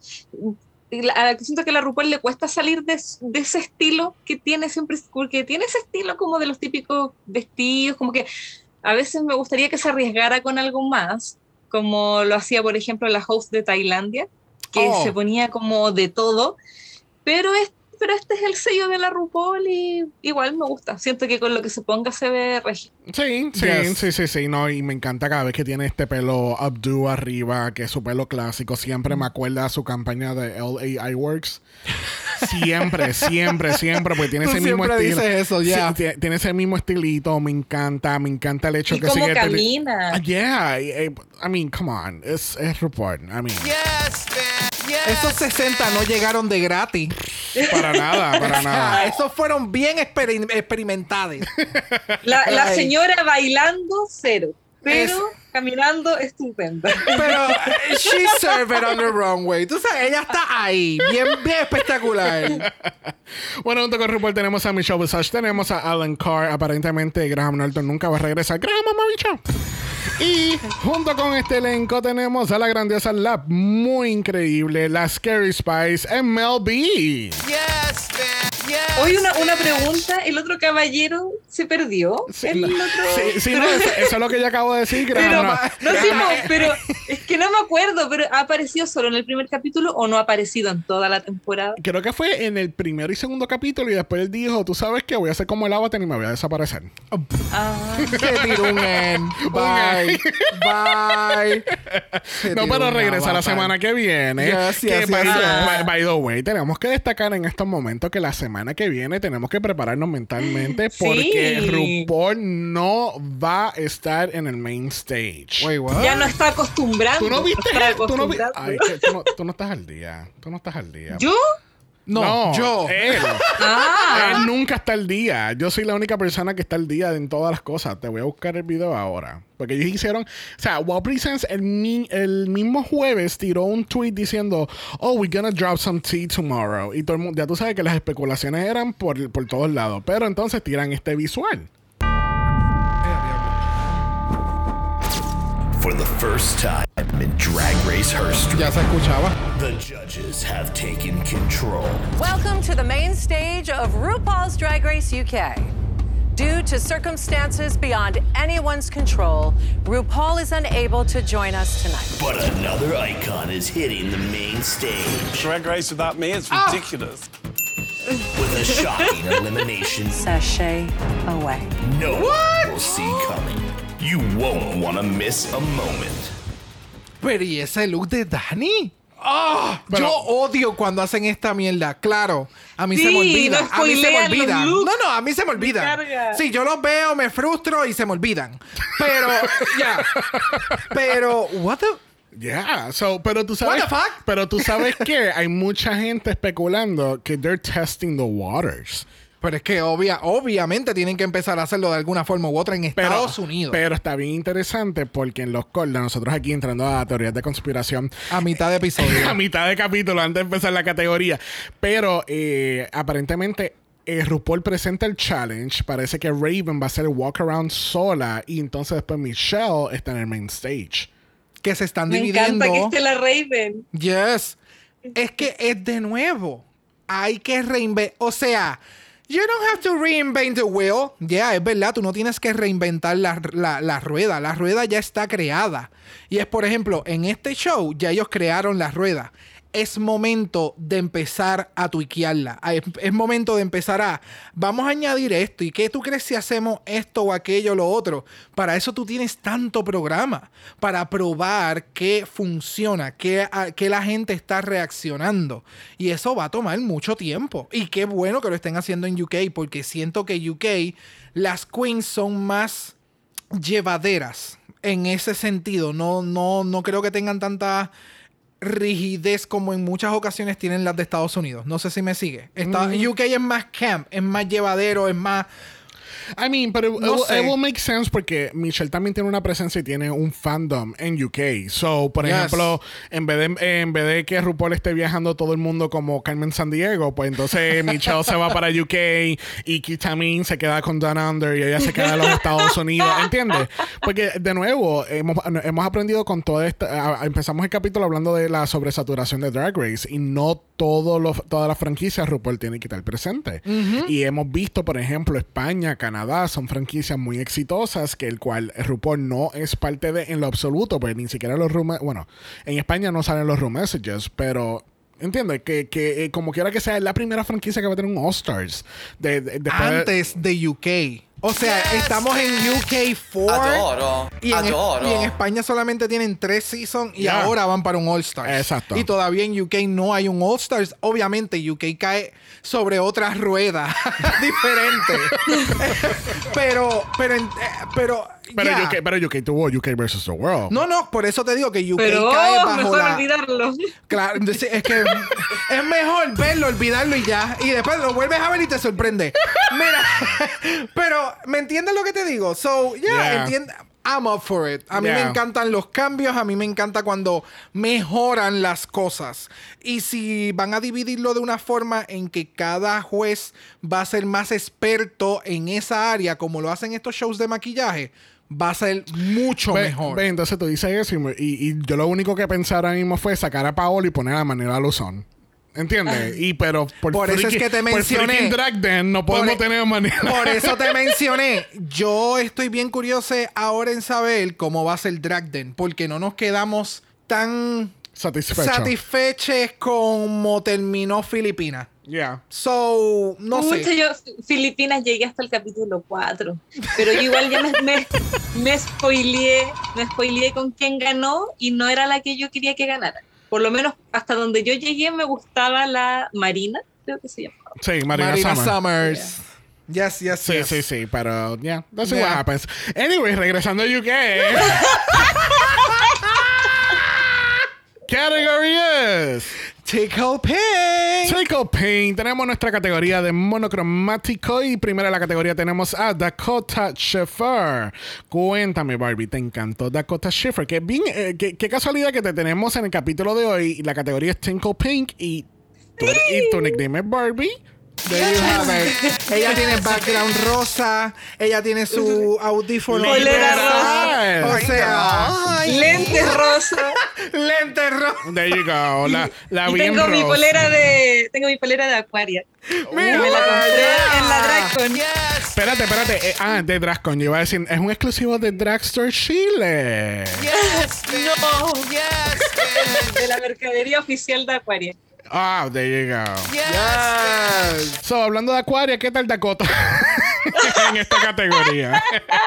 la, siento que a la RuPaul le cuesta salir de, de ese estilo que tiene siempre, porque tiene ese estilo como de los típicos vestidos, como que a veces me gustaría que se arriesgara con algo más, como lo hacía, por ejemplo, la host de Tailandia, que Oh. se ponía como de todo, pero es pero este es el sello de la RuPaul y igual me gusta. Siento que con lo que se ponga se ve regio. Sí, sí, Yes. sí, sí, sí, no, y me encanta cada vez que tiene este pelo updo arriba, que es su pelo clásico. Siempre me acuerda a su campaña de L A iWorks. Siempre, siempre, siempre, porque tiene Tú ese mismo siempre estilo. dices eso, ya. Sí, tiene, tiene ese mismo estilito, me encanta, me encanta el hecho Y que cómo sigue teni- camina. Ah, yeah, I, I- I mean, come on, es, es RuPaul, I mean, Yes, man. Yes. Esos sesenta no llegaron de gratis. para nada, para Ah, nada. esos fueron bien experim- experimentados. La, la Ay. señora bailando, cero. Pero Es- caminando, estupenda. Pero eh, she served it on the wrong way. Tú sabes, ella está ahí. Bien, bien espectacular. Bueno, junto con RuPaul tenemos a Michelle Visage, tenemos a Alan Carr. Aparentemente Graham Norton nunca va a regresar. Graham, mamabicho. Y junto con este elenco tenemos a la grandiosa, la muy increíble, la Scary Spice, M L B. Yes, man. Yes. Hoy una, una pregunta, ¿el otro caballero se perdió? Sí, el no, otro... sí, sí, no, eso, eso es lo que yo acabo de decir, Graham. Pero, no. no, sí, no, pero es que no me acuerdo, pero ¿ha aparecido solo en el primer capítulo o no ha aparecido en toda la temporada? Creo que fue en el primero y segundo capítulo y después él dijo, tú sabes que voy a hacer como el avatar y me voy a desaparecer. Ah, Se tiró un end. Bye. Bye. Se No, tiró pero un regresa la avatar. semana que viene. Yes, que yes, by, yes, the- yes. by- by the way, tenemos que destacar en estos momentos que la semana que viene tenemos que prepararnos mentalmente Sí. porque RuPaul no va a estar en el main stage. Wait, what? ya no está acostumbrando. ¿Tú no viste? está Tú no, vi- acostumbrando. Ay, que tú, no, tú no estás al día. Tú no estás al día. ¿Yo? No, yo. Él. Ah, Él nunca está al día. Yo soy la única persona que está al día en todas las cosas. Te voy a buscar el video ahora. Porque ellos hicieron... O sea, Wow Presents el, mi- el mismo jueves tiró un tweet diciendo oh, we're gonna drop some tea tomorrow. Y todo el mundo... Ya tú sabes que las especulaciones eran por, por todos lados. Pero entonces tiran este visual. For the first time in Drag Race history, Ya se escuchaba. the judges have taken control. Welcome to the main stage of RuPaul's Drag Race U K. Due to circumstances beyond anyone's control, RuPaul is unable to join us tonight. But another icon is hitting the main stage Drag race without me is ridiculous. with a shocking elimination Sashay away. no one will see coming. You won't want to miss a moment. Pero ¿y ese look de Dani? ¡Ah! Pero- yo odio cuando hacen esta mierda. Claro, a mí Sí, se me olvida. no a mí se me spoilean los olvida. looks. No, no, a mí se me olvida. carga. Sí, yo los veo, me frustro y se me olvidan. Pero, ya. Pero, what the... Yeah, so, pero tú sabes, What the fuck? pero tú sabes que hay mucha gente especulando que they're testing the waters. Pero es que obvia, obviamente tienen que empezar a hacerlo de alguna forma u otra en Pero, Estados Unidos. pero está bien interesante porque en los cordas, nosotros aquí entrando a teorías de conspiración, a mitad de episodio. a mitad de capítulo antes de empezar la categoría, pero eh, aparentemente eh, RuPaul presenta el challenge. Parece que Raven va a hacer el walk around sola y entonces después Michelle está en el main stage. que se están me dividiendo. encanta que esté la Raven. Yes. Es que es de nuevo. Hay que reinventar. O sea, you don't have to reinvent the wheel. Ya, yeah, es verdad. Tú no tienes que reinventar la, la, la rueda. La rueda ya está creada. Y es, por ejemplo, en este show ya ellos crearon la rueda. es momento de empezar a tuiquearla. Es, es momento de empezar a, vamos a añadir esto. ¿Y qué tú crees si hacemos esto o aquello o lo otro? Para eso tú tienes tanto programa, para probar qué funciona, qué, a, qué la gente está reaccionando. Y eso va a tomar mucho tiempo. Y qué bueno que lo estén haciendo en U K, porque siento que U K, las queens son más llevaderas en ese sentido. No, no, no creo que tengan tanta rigidez como en muchas ocasiones tienen las de Estados Unidos. No sé si me sigue. Está, mm. U K es más camp, es más llevadero, es más... I mean, pero no it, sé. it will make sense porque Michelle también tiene una presencia y tiene un fandom en U K. So, por Yes. ejemplo, en vez, de, en vez de que RuPaul esté viajando todo el mundo como Carmen Sandiego, pues entonces Michelle se va para U K y Kitamin se queda con Down Under y ella se queda en los Estados Unidos. ¿Entiendes? Porque, de nuevo, hemos, hemos aprendido con toda esta... A, empezamos el capítulo hablando de la sobresaturación de Drag Race y no todo lo, todas las franquicias RuPaul tiene que estar presente. Uh-huh. Y hemos visto, por ejemplo, España, Canadá, son franquicias muy exitosas que el cual RuPaul no es parte de en lo absoluto, pues ni siquiera los room... Bueno, en España no salen los room messages, pero... ¿Entiendes? Que, que eh, como quiera que sea, es la primera franquicia que va a tener un All-Stars. De, de, de Antes de U K. O sea, yes. estamos en U K cuatro. Adoro. Y en, Adoro. y en España solamente tienen tres seasons y yeah. ahora van para un All-Stars. Exacto. Y todavía en U K no hay un All-Stars. Obviamente U K cae sobre otra rueda diferente. pero, pero, pero... Pero, yeah. U K, pero U K tuvo U K versus the World. No, no, por eso te digo que U K pero, cae oh, bajo mejor la... olvidarlo. Claro, es que es mejor verlo, olvidarlo y ya. Y después lo vuelves a ver y te sorprende. Mira, pero ¿me entiendes lo que te digo? So, yeah, yeah. entiende... I'm up for it. A mí Yeah. me encantan los cambios. A mí me encanta cuando mejoran las cosas. Y si van a dividirlo de una forma en que cada juez va a ser más experto en esa área, como lo hacen estos shows de maquillaje, va a ser mucho Ve, mejor. Ve, entonces tú dices eso y, me- y, y yo lo único que pensé ahora mismo fue sacar a Paola y poner a Manera Luzón. ¿Entiendes? Y pero por, Por eso freaking- es que te por mencioné. freaking Drag Den no podemos Por- tener a Manera. Por eso te mencioné. Yo estoy bien curioso ahora en saber cómo va a ser Drag Den, porque no nos quedamos tan Satisfecho. satisfechos como terminó Filipinas. Yeah. So, no Pucha, sé. yo Filipinas llegué hasta el capítulo cuatro. Pero yo igual ya me, me, me spoileé, me spoileé con quién ganó y no era la que yo quería que ganara. Por lo menos hasta donde yo llegué me gustaba la Marina, creo que se llamaba. Sí, Marina, Marina Summer. Summers. Yes, yes, Sí, yes. sí, sí, pero yeah, that's Yeah. what happens. Anyway, regresando a U K. Category is Tickle Pink. Tickle Pink. Tenemos nuestra categoría de monocromático y primero en la categoría tenemos a Dakota Schiffer. Cuéntame, Barbie, ¿te encantó Dakota Schiffer? Qué bien, eh, qué, qué casualidad que te tenemos en el capítulo de hoy y la categoría es Tickle Pink y tu, y tu nickname es Barbie. There you have it. Ella tiene background rosa. Ella tiene su audífono Polera rosa. rosa. O sea, Lentes rosa. lente rosa. There you go. La, la Y bien tengo mi rose. polera de tengo mi polera de Acuaria. Mira, me la compré yeah. en la DragCon. Espérate, espérate. Eh, ah, de Dragcon. Yo iba a decir, es un exclusivo de Dragstore Chile. Yes, no, yes, De la mercadería oficial de Acuaria. Ah, there you go. Yes. So, hablando de Acuaria, ¿qué tal Dakota? En esta categoría.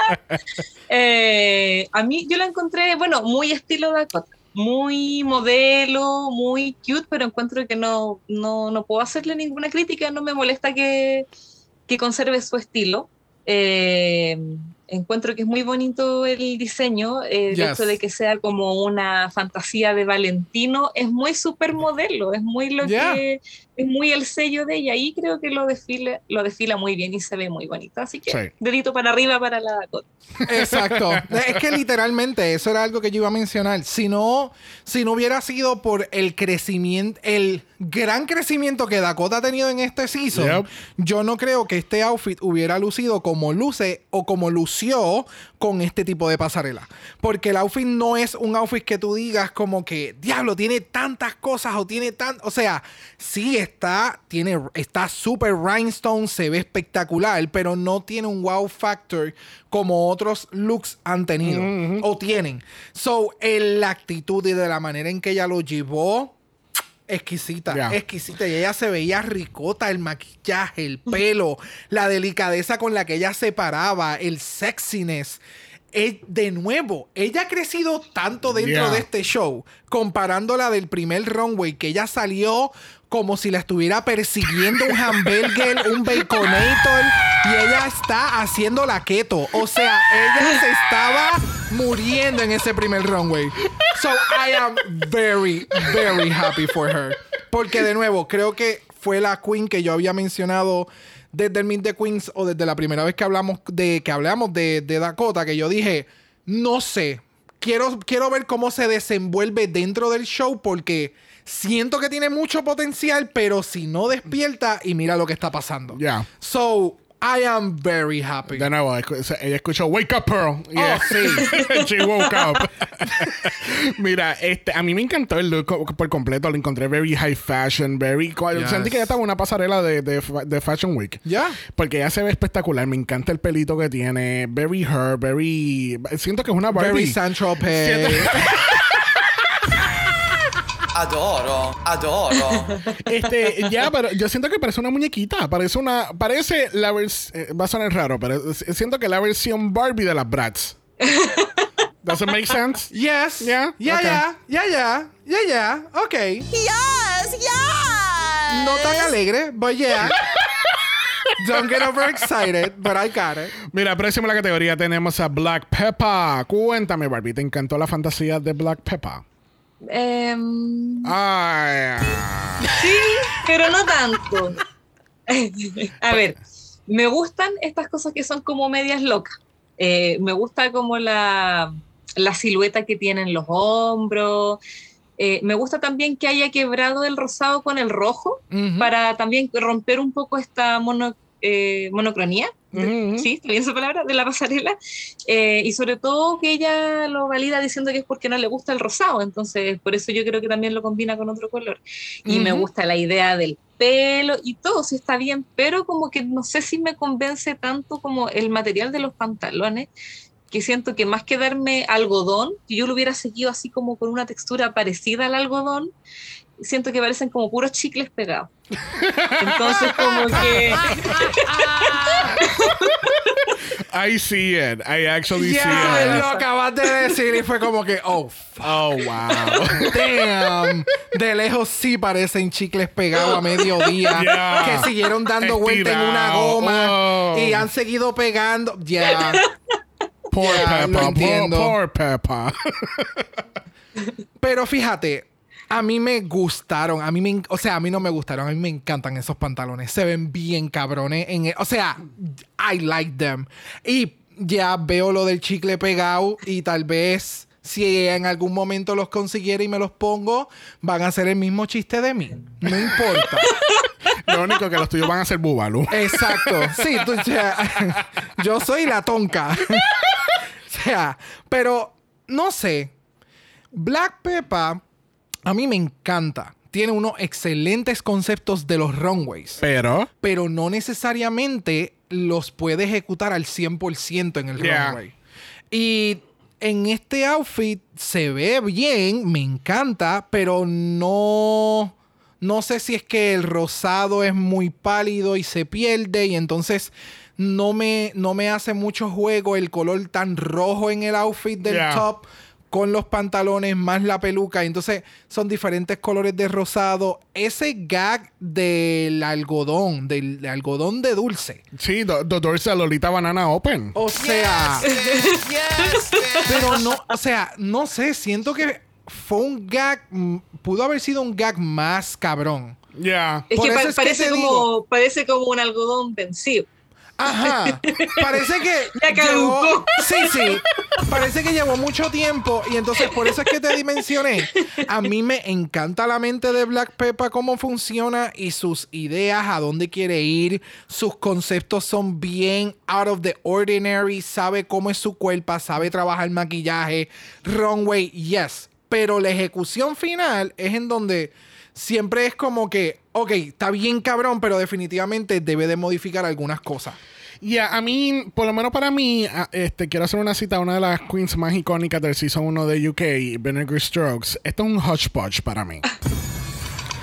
Eh, a mí yo la encontré, bueno, muy estilo Dakota. Muy modelo, muy cute, pero encuentro que no, no, no puedo hacerle ninguna crítica. No me molesta que, que conserve su estilo. Eh, encuentro que es muy bonito el diseño. Eh, el Yes. hecho de que sea como una fantasía de Valentino es muy supermodelo, es muy lo Yeah. que es muy el sello de ella y creo que lo desfila, lo desfila muy bien y se ve muy bonito. Así que Sí. dedito para arriba para la Dakota. Exacto. Es que literalmente eso era algo que yo iba a mencionar. Si no, si no hubiera sido por el crecimiento, el gran crecimiento que Dakota ha tenido en este season, Yep. yo no creo que este outfit hubiera lucido como luce o como lució con este tipo de pasarela. Porque el outfit no es un outfit que tú digas como que, diablo, tiene tantas cosas o tiene tan... O sea, sí está, tiene, está súper rhinestone, se ve espectacular, pero no tiene un wow factor como otros looks han tenido o tienen. So, en la actitud y de la manera en que ella lo llevó, Exquisita, Yeah. exquisita. Y ella se veía ricota, el maquillaje, el pelo, la delicadeza con la que ella se paraba, el sexiness. Es, de nuevo, ella ha crecido tanto dentro Yeah. de este show, comparándola del primer runway, que ella salió como si la estuviera persiguiendo un hamburger, un baconator, y ella está haciendo la keto. O sea, ella se estaba muriendo en ese primer runway. So, I am very, very happy for her. Porque, de nuevo, creo que fue la queen que yo había mencionado desde el Meet the Queens o desde la primera vez que hablamos de, que hablamos de, de Dakota, que yo dije, no sé, quiero, quiero ver cómo se desenvuelve dentro del show porque siento que tiene mucho potencial, pero si no despierta y mira lo que está pasando. Yeah. So, I am very happy. De nuevo, escu- ella escuchó Wake Up Pearl. Oh, sí. She woke up. Mira, este, a mí me encantó el look co- por completo. Lo encontré very high fashion, very... Yes. Sentí que ya estaba en una pasarela de, de, fa- de Fashion Week. Ya. Porque ella se ve espectacular. Me encanta el pelito que tiene. Very her, very... Siento que es una Barbie. Very Saint-Tropez. Siento- Adoro, adoro. Este, ya, pero yo siento que parece una muñequita. Parece una... Parece la versión... va a sonar raro, pero siento que la versión Barbie de las Bratz. Does it make sense? Yes. Yeah? Yeah, Okay. yeah. Yeah, yeah. Yeah, yeah. Okay. Yes, yes. No tan alegre, but yeah. Don't get overexcited, but I got it. Mira, próximo en la categoría tenemos a Black Peppa. Cuéntame, Barbie, ¿te encantó la fantasía de Black Peppa? Em, Ay, sí, pero no tanto. A ver, me gustan estas cosas que son como medias locas. Eh, me gusta como la, la silueta que tienen los hombros. Eh, me gusta también que haya quebrado el rosado con el rojo Ujú. para también romper un poco esta mono, eh, monocronía. De- Ujú. Sí, ¿está bien esa palabra? De la pasarela. Eh, y sobre todo que ella lo valida diciendo que es porque no le gusta el rosado. Entonces, por eso yo creo que también lo combina con otro color. Y me Ujú. gusta la idea del pelo y todo, sí está bien, pero como que no sé si me convence tanto como el material de los pantalones, que siento que más que darme algodón, que yo lo hubiera seguido así como con una textura parecida al algodón, siento que parecen como puros chicles pegados. Entonces como que... I see it. I actually see Yeah, it. lo acabas de decir y fue como que, oh, Oh, wow. damn. De lejos sí parecen chicles pegados a mediodía. Yeah. Que siguieron dando vuelta en una Estirado. goma Oh. y han seguido pegando. Ya. Poor Yeah, lo Peppa. Poor, entiendo. poor Peppa. Pero fíjate, a mí me gustaron. A mí me, o sea, a mí no me gustaron. A mí me encantan esos pantalones. Se ven bien cabrones. En el- o sea, I like them. Y ya veo lo del chicle pegado y tal vez si en algún momento los consiguiera y me los pongo, van a hacer el mismo chiste de mí. No importa. Lo único que los tuyos van a ser bubalu. Exacto. Sí, tú, o sea, yo soy la tonca. O sea, pero no sé. Black Peppa a mí me encanta. Tiene unos excelentes conceptos de los runways. Pero... Pero no necesariamente los puede ejecutar al cien por ciento en el Yeah. runway. Y en este outfit se ve bien, me encanta, pero no... No sé si es que el rosado es muy pálido y se pierde y entonces no me, no me hace mucho juego el color tan rojo en el outfit del Yeah. top con los pantalones más la peluca. Entonces son diferentes colores de rosado. Ese gag del algodón, del, del algodón de dulce. Sí, do- Doctor Lolita Banana Open. O sea, Yes, yes, yes. pero no, o sea, no sé, siento que fue un gag, mm, pudo haber sido un gag más cabrón. Yeah. Es Por que eso pa- es que parece, te como, digo. parece como un algodón vencido. Ajá. Parece que Ya caducó. llevó- sí, sí. Parece que llevó mucho tiempo y entonces por eso es que te dimensioné. A mí me encanta la mente de Black Peppa, cómo funciona y sus ideas, a dónde quiere ir. Sus conceptos son bien out of the ordinary. Sabe cómo es su cuerpo, sabe trabajar maquillaje, runway, yes. Pero la ejecución final es en donde siempre es como que, ok, está bien cabrón, pero definitivamente debe de modificar algunas cosas. Yeah, a mí, por lo menos para mí, a- este, quiero hacer una cita a una de las queens más icónicas del Season uno de U K, Vinegar Strokes. Esto es un hodgepodge para mí.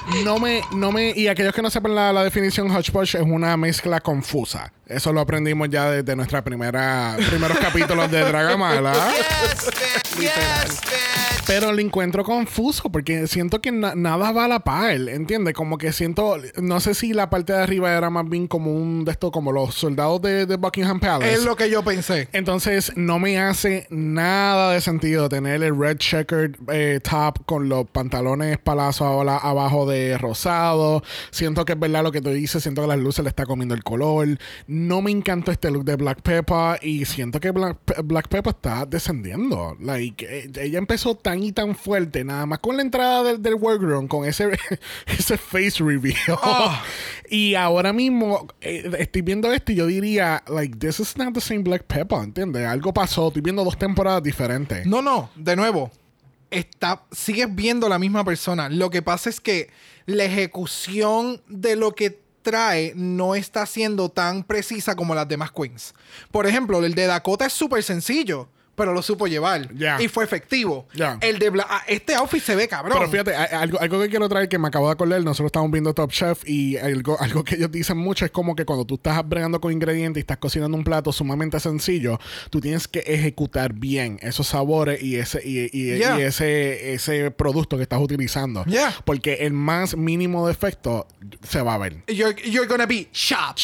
no me, no me, y aquellos que no sepan la, la definición, hodgepodge es una mezcla confusa. Eso lo aprendimos ya desde nuestra primera, primeros capítulos de Dragamala. Yes, bitch. Yes, bitch. Pero lo encuentro confuso porque siento que na- nada va a la par, ¿entiendes? Como que siento, no sé si la parte de arriba era más bien como un de esto, como los soldados de, de Buckingham Palace. Es lo que yo pensé. Entonces no me hace nada de sentido tener el red checkered eh, top con los pantalones palazos ahora abajo de rosado. Siento que es verdad lo que tú dices, siento que las luces le está comiendo el color. No me encantó este look de Black Peppa y siento que Black, Pe- Black Peppa está descendiendo. Like, eh, ella empezó tan y tan fuerte, nada más con la entrada del, del workroom, con ese, ese face reveal. Oh. Y ahora mismo eh, estoy viendo esto y yo diría, like, this is not the same Black Peppa, ¿entiendes? Algo pasó, estoy viendo dos temporadas diferentes. No, no, de nuevo. Está, sigues viendo la misma persona. Lo que pasa es que la ejecución de lo que trae no está siendo tan precisa como las demás queens. Por ejemplo, el de Dakota es súper sencillo, pero lo supo llevar. Yeah. Y fue efectivo. Yeah. El de Bla- ah, este outfit se ve cabrón. Pero fíjate, a- algo, algo que quiero traer que me acabo de acordar, nosotros estamos viendo Top Chef y algo, algo que ellos dicen mucho es como que cuando tú estás bregando con ingredientes y estás cocinando un plato sumamente sencillo, tú tienes que ejecutar bien esos sabores y ese, y, y, Yeah. y ese, ese producto que estás utilizando. Yeah. Porque el más mínimo defecto se va a ver. You're, you're gonna be shot.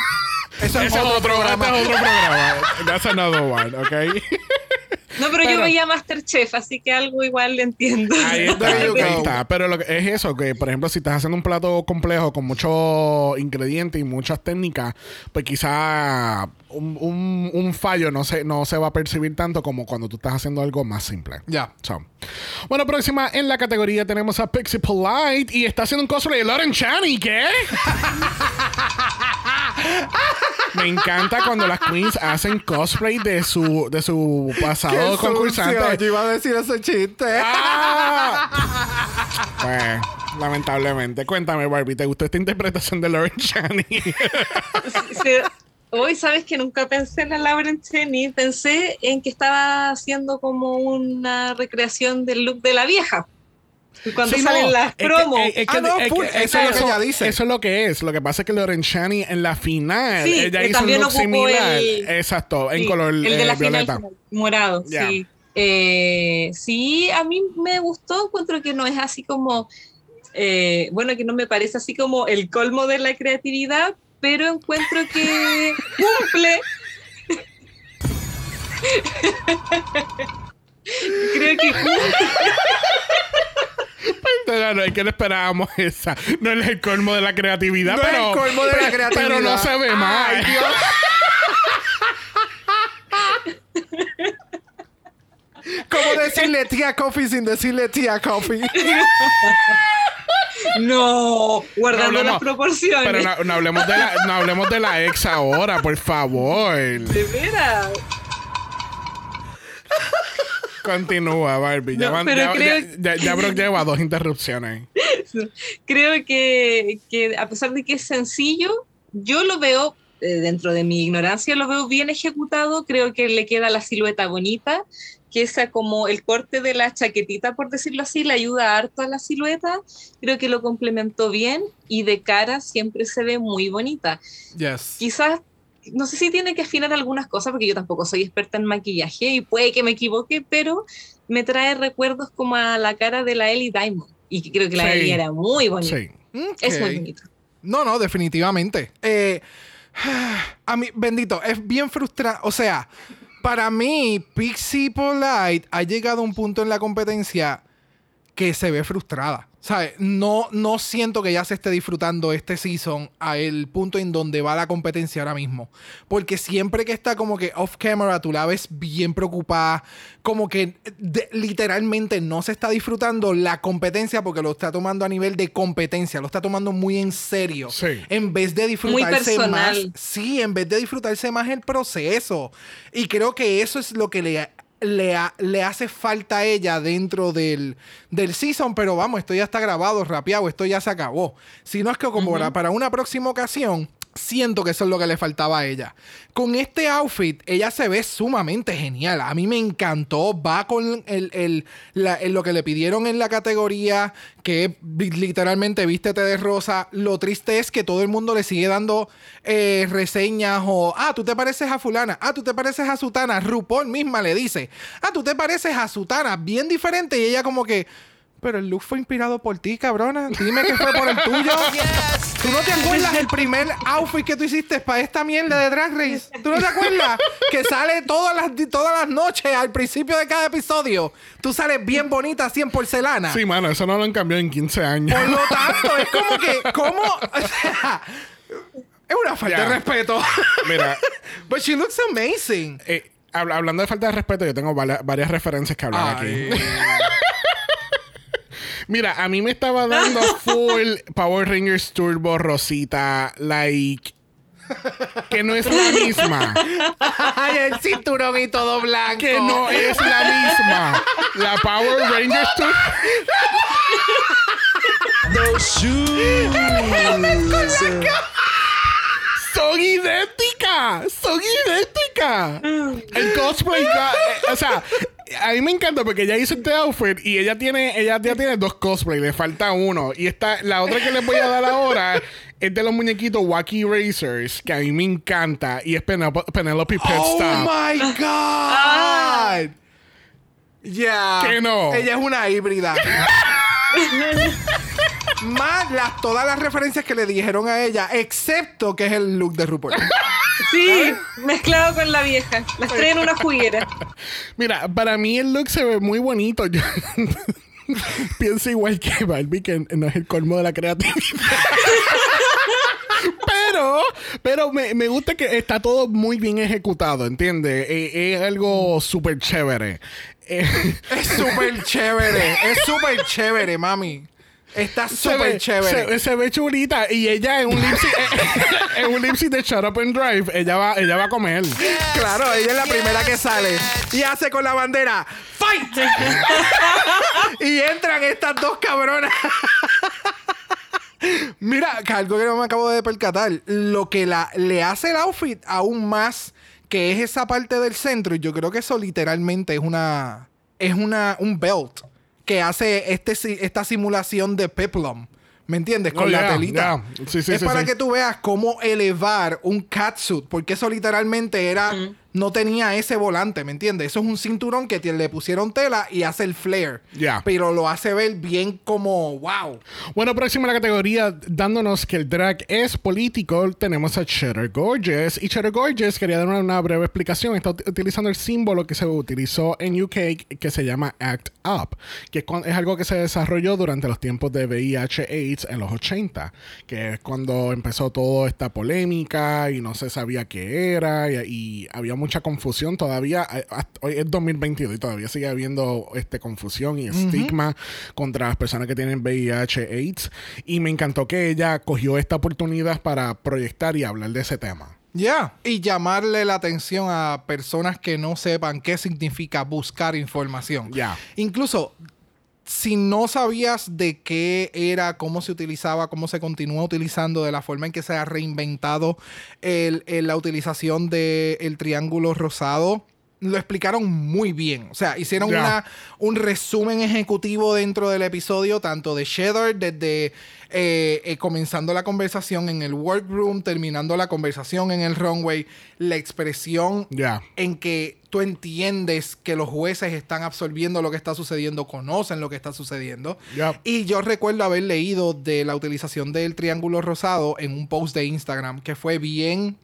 Eso es Ese otro programa. ese es otro programa. That's another one, ¿ok? No, pero, Pero- yo veía Masterchef, así que algo igual le entiendo. Ahí está, There you ahí go. está. Pero lo que es eso, que por ejemplo, si estás haciendo un plato complejo con muchos ingredientes y muchas técnicas, pues quizá un, un, un fallo no se, no se va a percibir tanto como cuando tú estás haciendo algo más simple. Ya. So. Bueno, próxima en la categoría tenemos a Pixie Polite y está haciendo un cosplay de Lauren Chani. ¿Qué? Me encanta cuando las queens hacen cosplay de su, de su pasado Qué concursante. sucio, yo iba a decir ese chiste. ¡Ah! Pues, lamentablemente. Cuéntame, Barbie, ¿te gustó esta interpretación de Lauren Chani? Se- Hoy sabes que nunca pensé en la Lauren Cheney, pensé en que estaba haciendo como una recreación del look de la vieja. Cuando Sí, salen no, las es que- promos. es que- Ah, no, es que full, eso es lo que ella dice. Eso es lo que es. Lo que pasa es que Lauren Chani en la final, Sí, ella que hizo un también look ocupó similar. el- Exacto, en Sí, color el de eh, la violeta. final morado, Ya. sí. Eh, sí, a mí me gustó, encuentro que no es así como, eh, bueno, que no me parece así como el colmo de la creatividad, pero encuentro que cumple. Creo que cumple. No, no, es que no esperábamos esa. No es el colmo de la creatividad, No es pero, el colmo de la pero- creatividad. pero no se ve mal. Ay, Dios. ¿Cómo decirle tía Coffee sin decirle tía Coffee? No, guardando No hablemos- las proporciones. Pero no, no hablemos de la, no hablemos de la ex ahora, por favor. De veras. Continúa, Barbie. Ya, No, van- pero ya, creo- ya, ya, ya Brock lleva dos interrupciones. Creo que, que a pesar de que es sencillo, yo lo veo, eh, dentro de mi ignorancia, lo veo bien ejecutado. Creo que le queda la silueta bonita, que esa como el corte de la chaquetita, por decirlo así, le ayuda harto a la silueta. Creo que lo complementó bien y de cara siempre se ve muy bonita. Yes. Quizás, no sé si tiene que afinar algunas cosas, porque yo tampoco soy experta en maquillaje y puede que me equivoque, pero me trae recuerdos como a la cara de la Ellie Diamond. Y que creo que la Sí. Ellie era muy bonita. Sí. Es Ok. muy bonita. No, no, definitivamente. Eh, a mí, bendito, es bien frustrante. O sea, para mí, Pixie Polite ha llegado a un punto en la competencia que se ve frustrada. ¿Sabes? No, no siento que ella se esté disfrutando este season a el punto en donde va la competencia ahora mismo. Porque siempre que está como que off camera, tú la ves bien preocupada. Como que de- literalmente no se está disfrutando la competencia porque lo está tomando a nivel de competencia. Lo está tomando muy en serio. Sí. En vez de disfrutarse más. personal. Sí, en vez de disfrutarse más el proceso. Y creo que eso es lo que le Le, ha- le hace falta a ella dentro del, del season, pero vamos, esto ya está grabado, rapeado, esto ya se acabó. Si no es que como para, para una próxima ocasión, Siento que eso es lo que le faltaba a ella. Con este outfit, ella se ve sumamente genial. A mí me encantó. Va con el, el, la, el, lo que le pidieron en la categoría, que es literalmente vístete de rosa. Lo triste es que todo el mundo le sigue dando eh, reseñas o, ah, tú te pareces a fulana, ah, tú te pareces a sutana. RuPaul misma le dice, ah, tú te pareces a sutana. Bien diferente. Y ella como que, pero el look fue inspirado por ti, cabrona. Dime que fue por el tuyo. Yes. ¿Tú no te acuerdas el primer outfit que tú hiciste para esta mierda de Drag Race? ¿Tú no te acuerdas? Que sale todas las, todas las noches al principio de cada episodio. Tú sales bien bonita, así en porcelana. Sí, mano, eso no lo han cambiado en quince años. Por lo tanto, es como que, ¿cómo? O sea, es una falta yeah. de respeto. Mira. But she looks amazing. Eh, hab- hablando de falta de respeto, yo tengo varias, varias referencias que hablar Ay. aquí. Mira, a mí me estaba dando full Power Rangers Turbo Rosita, like, que no es la misma. Ay, el cinturón y todo blanco. Que no es la misma. La Power Rangers Turbo. No shoes. Son idénticas. Son idénticas. El cosplay, eh, o sea, a mí me encanta porque ella hizo este outfit y ella tiene, ella ya tiene dos cosplay, le falta uno. Y esta, la otra que les voy a dar ahora es de los muñequitos Wacky Racers, que a mí me encanta. Y es Penel- Penelope Pitstop. ¡Oh, my God! Ah. Ya. Yeah. Que no. Ella es una híbrida. Más las, todas las referencias que le dijeron a ella, excepto que es el look de RuPaul. Sí, mezclado con la vieja. Las traen en una juguera. Mira, para mí el look se ve muy bonito. Yo pienso igual que Barbie, que no es el colmo de la creatividad. Pero, pero me, me gusta que está todo muy bien ejecutado, ¿entiendes? Eh, es algo súper chévere. Eh, es súper chévere. Es súper chévere, mami. Está súper chévere. Se, se ve chulita. Y ella en un lip sync, en un lip sync de Shut Up and Drive, ella va, ella va a comer. Yes, claro, ella es la yes, primera que sale. Y hace con la bandera ¡Fight! Y entran estas dos cabronas. Mira, algo que no me acabo de percatar. Lo que la, le hace el outfit aún más, que es esa parte del centro. Y yo creo que eso literalmente es una... Es una un belt que hace este, esta simulación de peplum. ¿Me entiendes? Con oh, la yeah, telita. Yeah. Sí, sí, es sí, para sí. que tú veas cómo elevar un catsuit. Porque eso literalmente era... Mm. No tenía ese volante, ¿me entiendes? Eso es un cinturón que te, le pusieron tela y hace el flare. Yeah. Pero lo hace ver bien como... ¡Wow! Bueno, próxima la categoría, dándonos que el drag es político, tenemos a Cheddar Gorgeous. Y Cheddar Gorgeous, quería dar una, una breve explicación. Está ut- utilizando el símbolo que se utilizó en U K, que se llama Act Up. Que es, cuando, es algo que se desarrolló durante los tiempos de V I H AIDS en los ochenta. Que es cuando empezó toda esta polémica y no se sabía qué era. Y, y había mucha confusión todavía. Hoy es dos mil veintidós y todavía sigue habiendo este, confusión y estigma uh-huh. contra las personas que tienen V I H AIDS. Y me encantó que ella cogió esta oportunidad para proyectar y hablar de ese tema. Ya. Yeah. Y llamarle la atención a personas que no sepan qué significa buscar información. Ya. Yeah. Incluso... Si no sabías de qué era, cómo se utilizaba, cómo se continúa utilizando, de la forma en que se ha reinventado el, el, la utilización del triángulo rosado, lo explicaron muy bien. O sea, hicieron yeah. una, un resumen ejecutivo dentro del episodio, tanto de Cheddar, desde eh, eh, comenzando la conversación en el workroom, terminando la conversación en el runway, la expresión yeah. en que tú entiendes que los jueces están absorbiendo lo que está sucediendo, conocen lo que está sucediendo. Yep. Y yo recuerdo haber leído de la utilización del triángulo rosado en un post de Instagram que fue bien,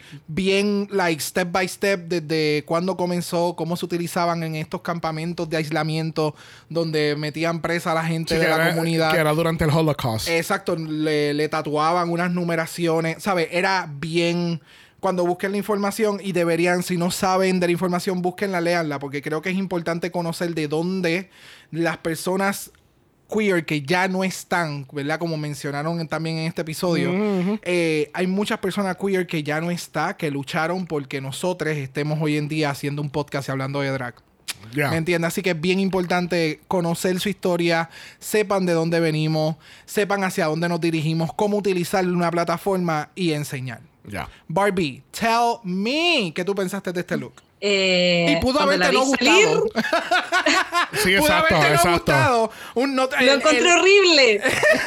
bien, like, step by step, desde cuándo comenzó, cómo se utilizaban en estos campamentos de aislamiento donde metían presa a la gente sí, de la era, comunidad. Que era durante el Holocaust. Exacto, le, le tatuaban unas numeraciones, ¿sabes? Era bien... Cuando busquen la información, y deberían, si no saben de la información, búsquenla, léanla, porque creo que es importante conocer de dónde las personas queer que ya no están, ¿verdad? Como mencionaron también en este episodio, uh-huh. eh, hay muchas personas queer que ya no están, que lucharon porque nosotros estemos hoy en día haciendo un podcast y hablando de drag. Yeah. ¿Me entiendes? Así que es bien importante conocer su historia, sepan de dónde venimos, sepan hacia dónde nos dirigimos, cómo utilizar una plataforma y enseñar. Yeah. Barbie, tell me qué tú pensaste de este look. Eh, Y pudo cuando haberte la vi no salir, gustado. Sí, Pudo exacto, haberte no exacto. gustado. Un no- lo el- encontré el- horrible.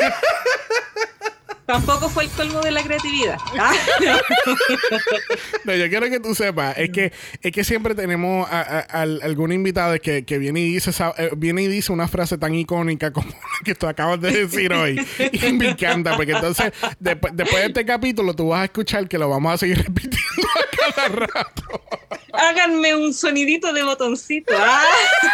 Tampoco fue el colmo de la creatividad. Ah. No, yo quiero que tú sepas, es que, es que siempre tenemos a, a, a algún invitado que, que viene y dice esa- eh, viene y dice una frase tan icónica como la que tú acabas de decir hoy. Y me encanta, porque entonces, después, después de este capítulo, tú vas a escuchar que lo vamos a seguir repitiendo a cada rato. Háganme un sonidito de botoncito. Ah.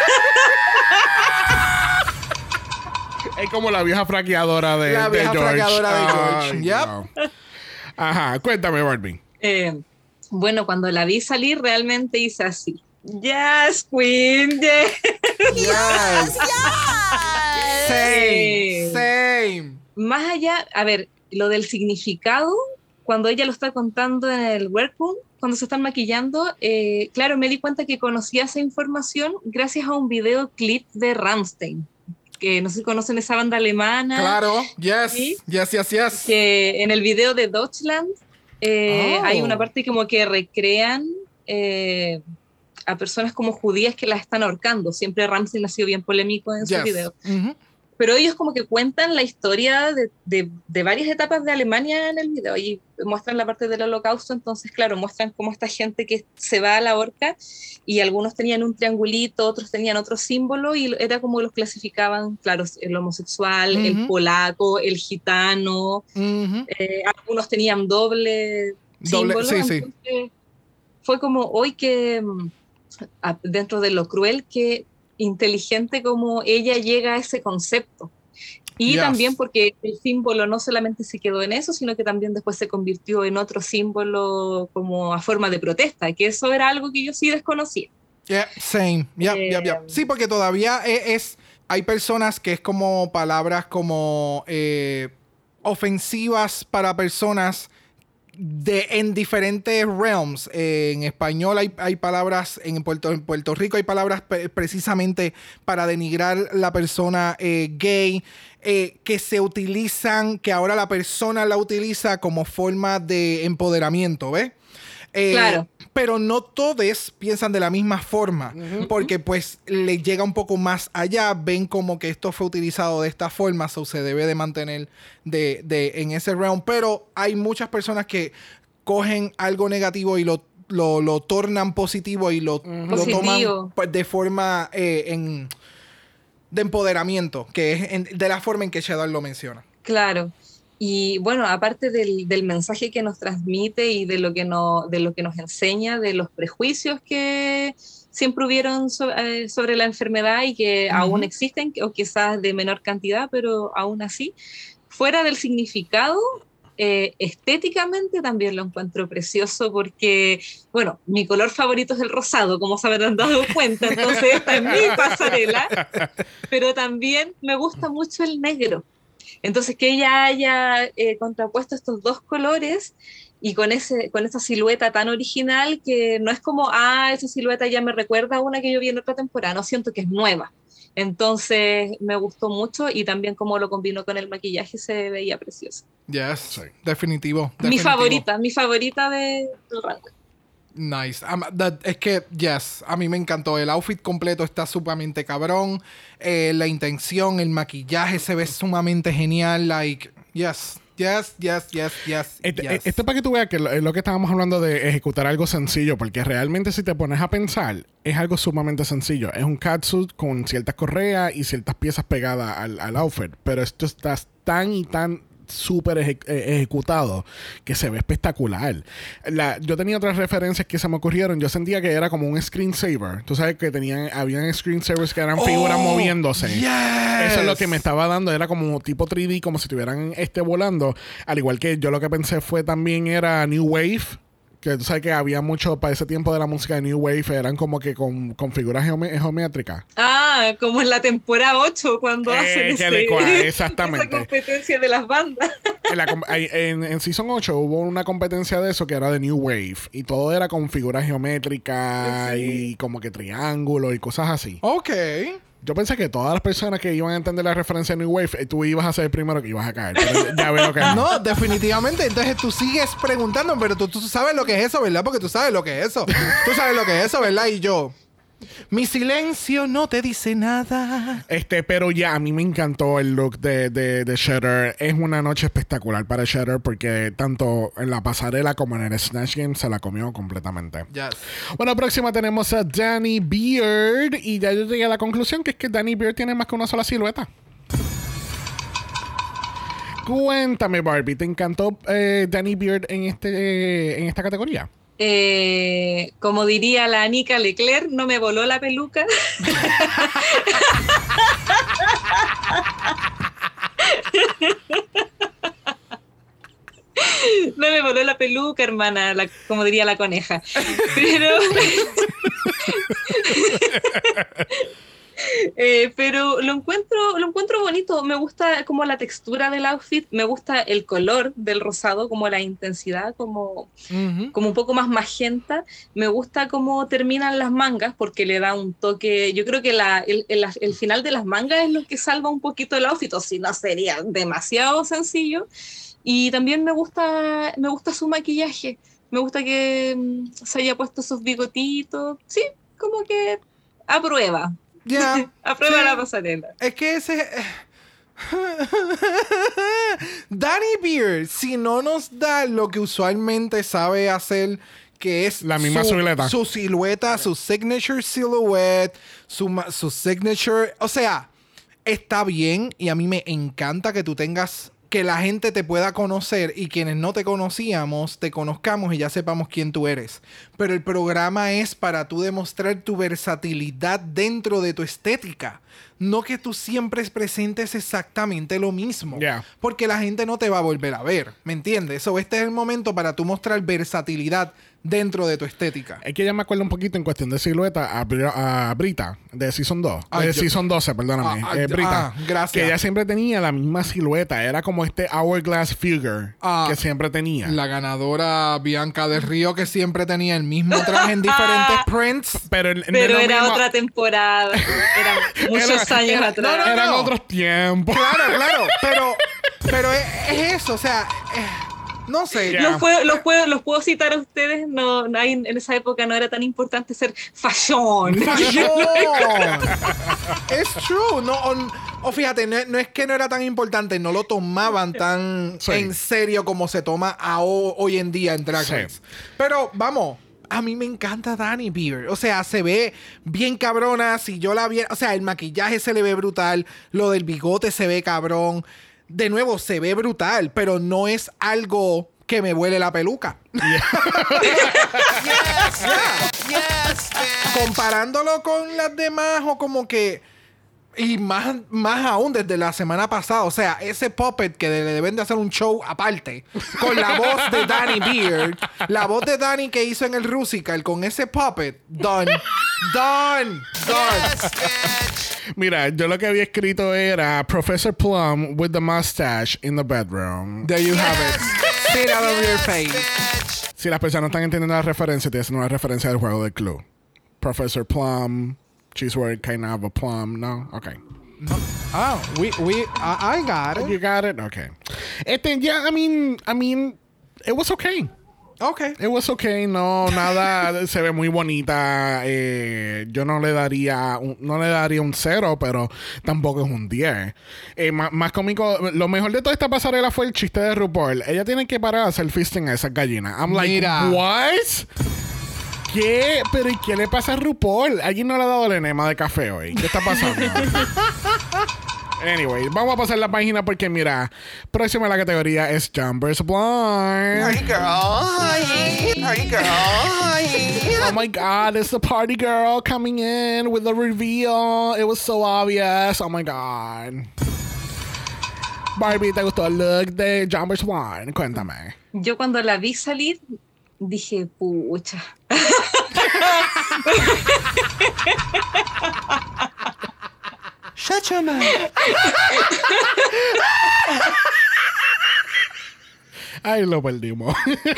Es como la vieja fraqueadora de, La de vieja George. fraqueadora de George. Ay, Yep. no. Ajá, cuéntame, Barbie. Eh, bueno, cuando la vi salir, realmente hice así. Yes, Queen, yes. Yes. Same. Eh, Same. Más allá, a ver, lo del significado, cuando ella lo está contando en el workroom, cuando se están maquillando, eh, claro, me di cuenta que conocía esa información gracias a un videoclip de Rammstein, que no sé si conocen esa banda alemana. Claro. Yes. ¿Sí? Yes, yes, yes. Que en el video de Deutschland eh, Oh. hay una parte como que recrean eh, a personas como judías que las están ahorcando. Siempre Rammstein ha sido bien polémico en Yes. sus videos. Ujú. Pero ellos como que cuentan la historia de, de, de varias etapas de Alemania en el video y muestran la parte del holocausto. Entonces, claro, muestran cómo esta gente que se va a la horca y algunos tenían un triangulito, otros tenían otro símbolo y era como los clasificaban, claro, el homosexual, Ujú. el polaco, el gitano, Ujú. eh, algunos tenían doble, Doble, símbolo. sí, sí. Entonces, fue como hoy que, mm, a- dentro de lo cruel, que inteligente como ella llega a ese concepto. Y Yes. también porque el símbolo no solamente se quedó en eso, sino que también después se convirtió en otro símbolo como a forma de protesta, que eso era algo que yo sí desconocía. Yeah, same. Yep, Eh, yep, yep. Sí, porque todavía es, es- hay personas que es como palabras como eh, ofensivas para personas de, en diferentes realms. Eh, en español hay, hay palabras, en Puerto, en Puerto Rico hay palabras pe- precisamente para denigrar la persona eh, gay, eh, que se utilizan, que ahora la persona la utiliza como forma de empoderamiento, ¿ves? Eh, Claro. Pero no todos piensan de la misma forma, porque pues le llega un poco más allá, ven como que esto fue utilizado de esta forma, so se debe de mantener de, de, en ese realm. Pero hay muchas personas que cogen algo negativo y lo, lo, lo tornan positivo y lo, lo Positivo. toman pues, de forma eh, en, de empoderamiento, que es en- de la forma en que Shadow lo menciona. Claro. Y bueno, aparte del, del mensaje que nos transmite y de lo que, no, de lo que nos enseña, de los prejuicios que siempre hubieron so- eh, sobre la enfermedad y que Ujú. aún existen, o quizás de menor cantidad, pero aún así, fuera del significado, eh, estéticamente también lo encuentro precioso porque, bueno, mi color favorito es el rosado, como se habrán dado cuenta, entonces esta es mi pasarela, pero también me gusta mucho el negro. Entonces, que ella haya eh, contrapuesto estos dos colores y con, ese, con esa silueta tan original que no es como, ah, esa silueta ya me recuerda a una que yo vi en otra temporada, no, siento que es nueva. Entonces, me gustó mucho y también como lo combinó con el maquillaje se veía precioso. Yes, definitivo, Mi definitivo. favorita, mi favorita de, del rango. Nice. Um, that- es que, yes, a mí me encantó. El outfit completo está sumamente cabrón. Eh, la intención, el maquillaje se ve sumamente genial. Like, yes, yes, yes, yes, yes. Este, yes. esto para que tú veas que lo, es lo que estábamos hablando de ejecutar algo sencillo, porque realmente si te pones a pensar, es algo sumamente sencillo. Es un catsuit con ciertas correas y ciertas piezas pegadas al, al outfit, pero esto está tan y tan súper eje- eh, ejecutado que se ve espectacular. La, yo tenía otras referencias que se me ocurrieron. Yo sentía que era como un screensaver. Tú sabes que tenían, habían screensavers que eran figuras Oh, moviéndose. yes. Eso es lo que me estaba dando. Era como tipo tres D, como si estuvieran este volando. Al igual que yo lo que pensé fue también era New Wave, Que tú sabes que había mucho, para ese tiempo de la música de New Wave, eran como que con, con figuras geome- geométricas. Ah, como en la temporada ocho, cuando Eh, hacen que ese, le cua- exactamente. esa competencia de las bandas. En, la com- en, en Season ocho hubo una competencia de eso que era de New Wave. Y todo era con figuras geométricas Sí. y como que triángulos y cosas así. Ok. Yo pensé que todas las personas que iban a entender la referencia de New Wave, eh, tú ibas a ser el primero que ibas a caer. Pero ya veo que no. No, definitivamente. Entonces tú sigues preguntando, pero tú, tú sabes lo que es eso, ¿verdad? Porque tú sabes lo que es eso. Tú sabes lo que es eso, ¿verdad? Y yo... Mi silencio no te dice nada. Este, pero ya, a mí me encantó el look de, de, de Shredder. Es una noche espectacular para Shredder porque tanto en la pasarela como en el Snatch Game se la comió completamente. Yes. Bueno, próxima tenemos a Danny Beard. Y ya yo llegué a la conclusión que es que Danny Beard tiene más que una sola silueta. Cuéntame, Barbie, ¿te encantó eh, Danny Beard en, este, eh, en esta categoría? Eh, como diría la Anika Leclerc, no me voló la peluca. No me voló la peluca, hermana, la, como diría la coneja. Pero... Eh, pero lo encuentro, lo encuentro bonito. Me gusta como la textura del outfit, me gusta el color del rosado, como la intensidad, como, uh-huh. como un poco más magenta. Me gusta cómo terminan las mangas, porque le da un toque. Yo creo que la, el, el, el final de las mangas es lo que salva un poquito el outfit, o si no sería demasiado sencillo. Y también me gusta, me gusta su maquillaje. Me gusta que um, se haya puesto esos bigotitos. Sí, como que aprueba. Yeah, aprueba sí. la pasarela. Es que ese... Danny Beard, si no nos da lo que usualmente sabe hacer, que es la misma su, silueta. Su silueta, su signature silhouette, su, su signature... O sea, está bien y a mí me encanta que tú tengas... Que la gente te pueda conocer y quienes no te conocíamos, te conozcamos y ya sepamos quién tú eres. Pero el programa es para tú demostrar tu versatilidad dentro de tu estética. No que tú siempre presentes exactamente lo mismo. Yeah. Porque la gente no te va a volver a ver. ¿Me entiendes? So, este es el momento para tú mostrar versatilidad dentro de tu estética. Es que ya me acuerdo un poquito en cuestión de silueta a, Br- a Brita de Season dos. Ay, de yo... Season doce, perdóname. Ah, eh, Brita. ah, gracias. Que ella siempre tenía la misma silueta. Era como este hourglass figure ah, que siempre tenía. La ganadora Bianca del Río, que siempre tenía el mismo traje en diferentes prints. Pero, pero no era mismo... otra temporada. Era muchos era, años era, atrás. No, no, Eran no. otros tiempos. Claro, claro. Pero, pero es, es eso. O sea... Es... No sé. Yeah. Los, puedo, los, puedo, los puedo citar a ustedes. No, no hay, en esa época no era tan importante ser fashion. Fashion. Es true. No, o, o fíjate, no, no es que no era tan importante. No lo tomaban tan sí. en serio como se toma a, o, hoy en día en Drag Race. Sí. Pero vamos. A mí me encanta Danny Beard. O sea, se ve bien cabrona. Si yo la viera... O sea, el maquillaje se le ve brutal. Lo del bigote se ve cabrón. De nuevo, se ve brutal, pero no es algo que me vuele la peluca. Yeah. yes, yes, yes, comparándolo con las demás o como que... Y más, más aún desde la semana pasada. O sea, ese puppet que le deben de hacer un show aparte. Con la voz de Danny Beard. La voz de Danny que hizo en el Rusical. Con ese puppet. Done. Done. Done. Yes, Mira, yo lo que había escrito era Professor Plum with the mustache in the bedroom. There you yes, have it. Yes, Sit out of yes, your face. Bitch. Si las personas están entendiendo la referencia, te hacen una referencia del juego del club. Professor Plum... She's wearing kind of a plum, no? Okay. No. Oh, we, we, I, I got it. You got it? Okay. Este, yeah, I mean, I mean, it was okay. Okay. It was okay. No, nada, se ve muy bonita. Eh, yo no le daría, un, no le daría un cero, pero tampoco es un diez. Eh, más, más cómico, lo mejor de toda esta pasarela fue el chiste de RuPaul. Ella tiene que parar a hacer fisting a esas gallinas. I'm like, Mira. What? ¿Qué? ¿Pero y qué le pasa a RuPaul? ¿Alguien no le ha dado el enema de café hoy? ¿Qué está pasando? Anyway, vamos a pasar la página porque, mira, próxima a la categoría es Jumpers Blind. Party girl, hi. Party girl, hi. Oh my God, it's the party girl coming in with the reveal. It was so obvious. Oh my God. Barbie, ¿te gustó el look de Jumpers Blind? Cuéntame. Yo cuando la vi salir, dije, pucha. Shut your mouth. Ay, lo perdimos.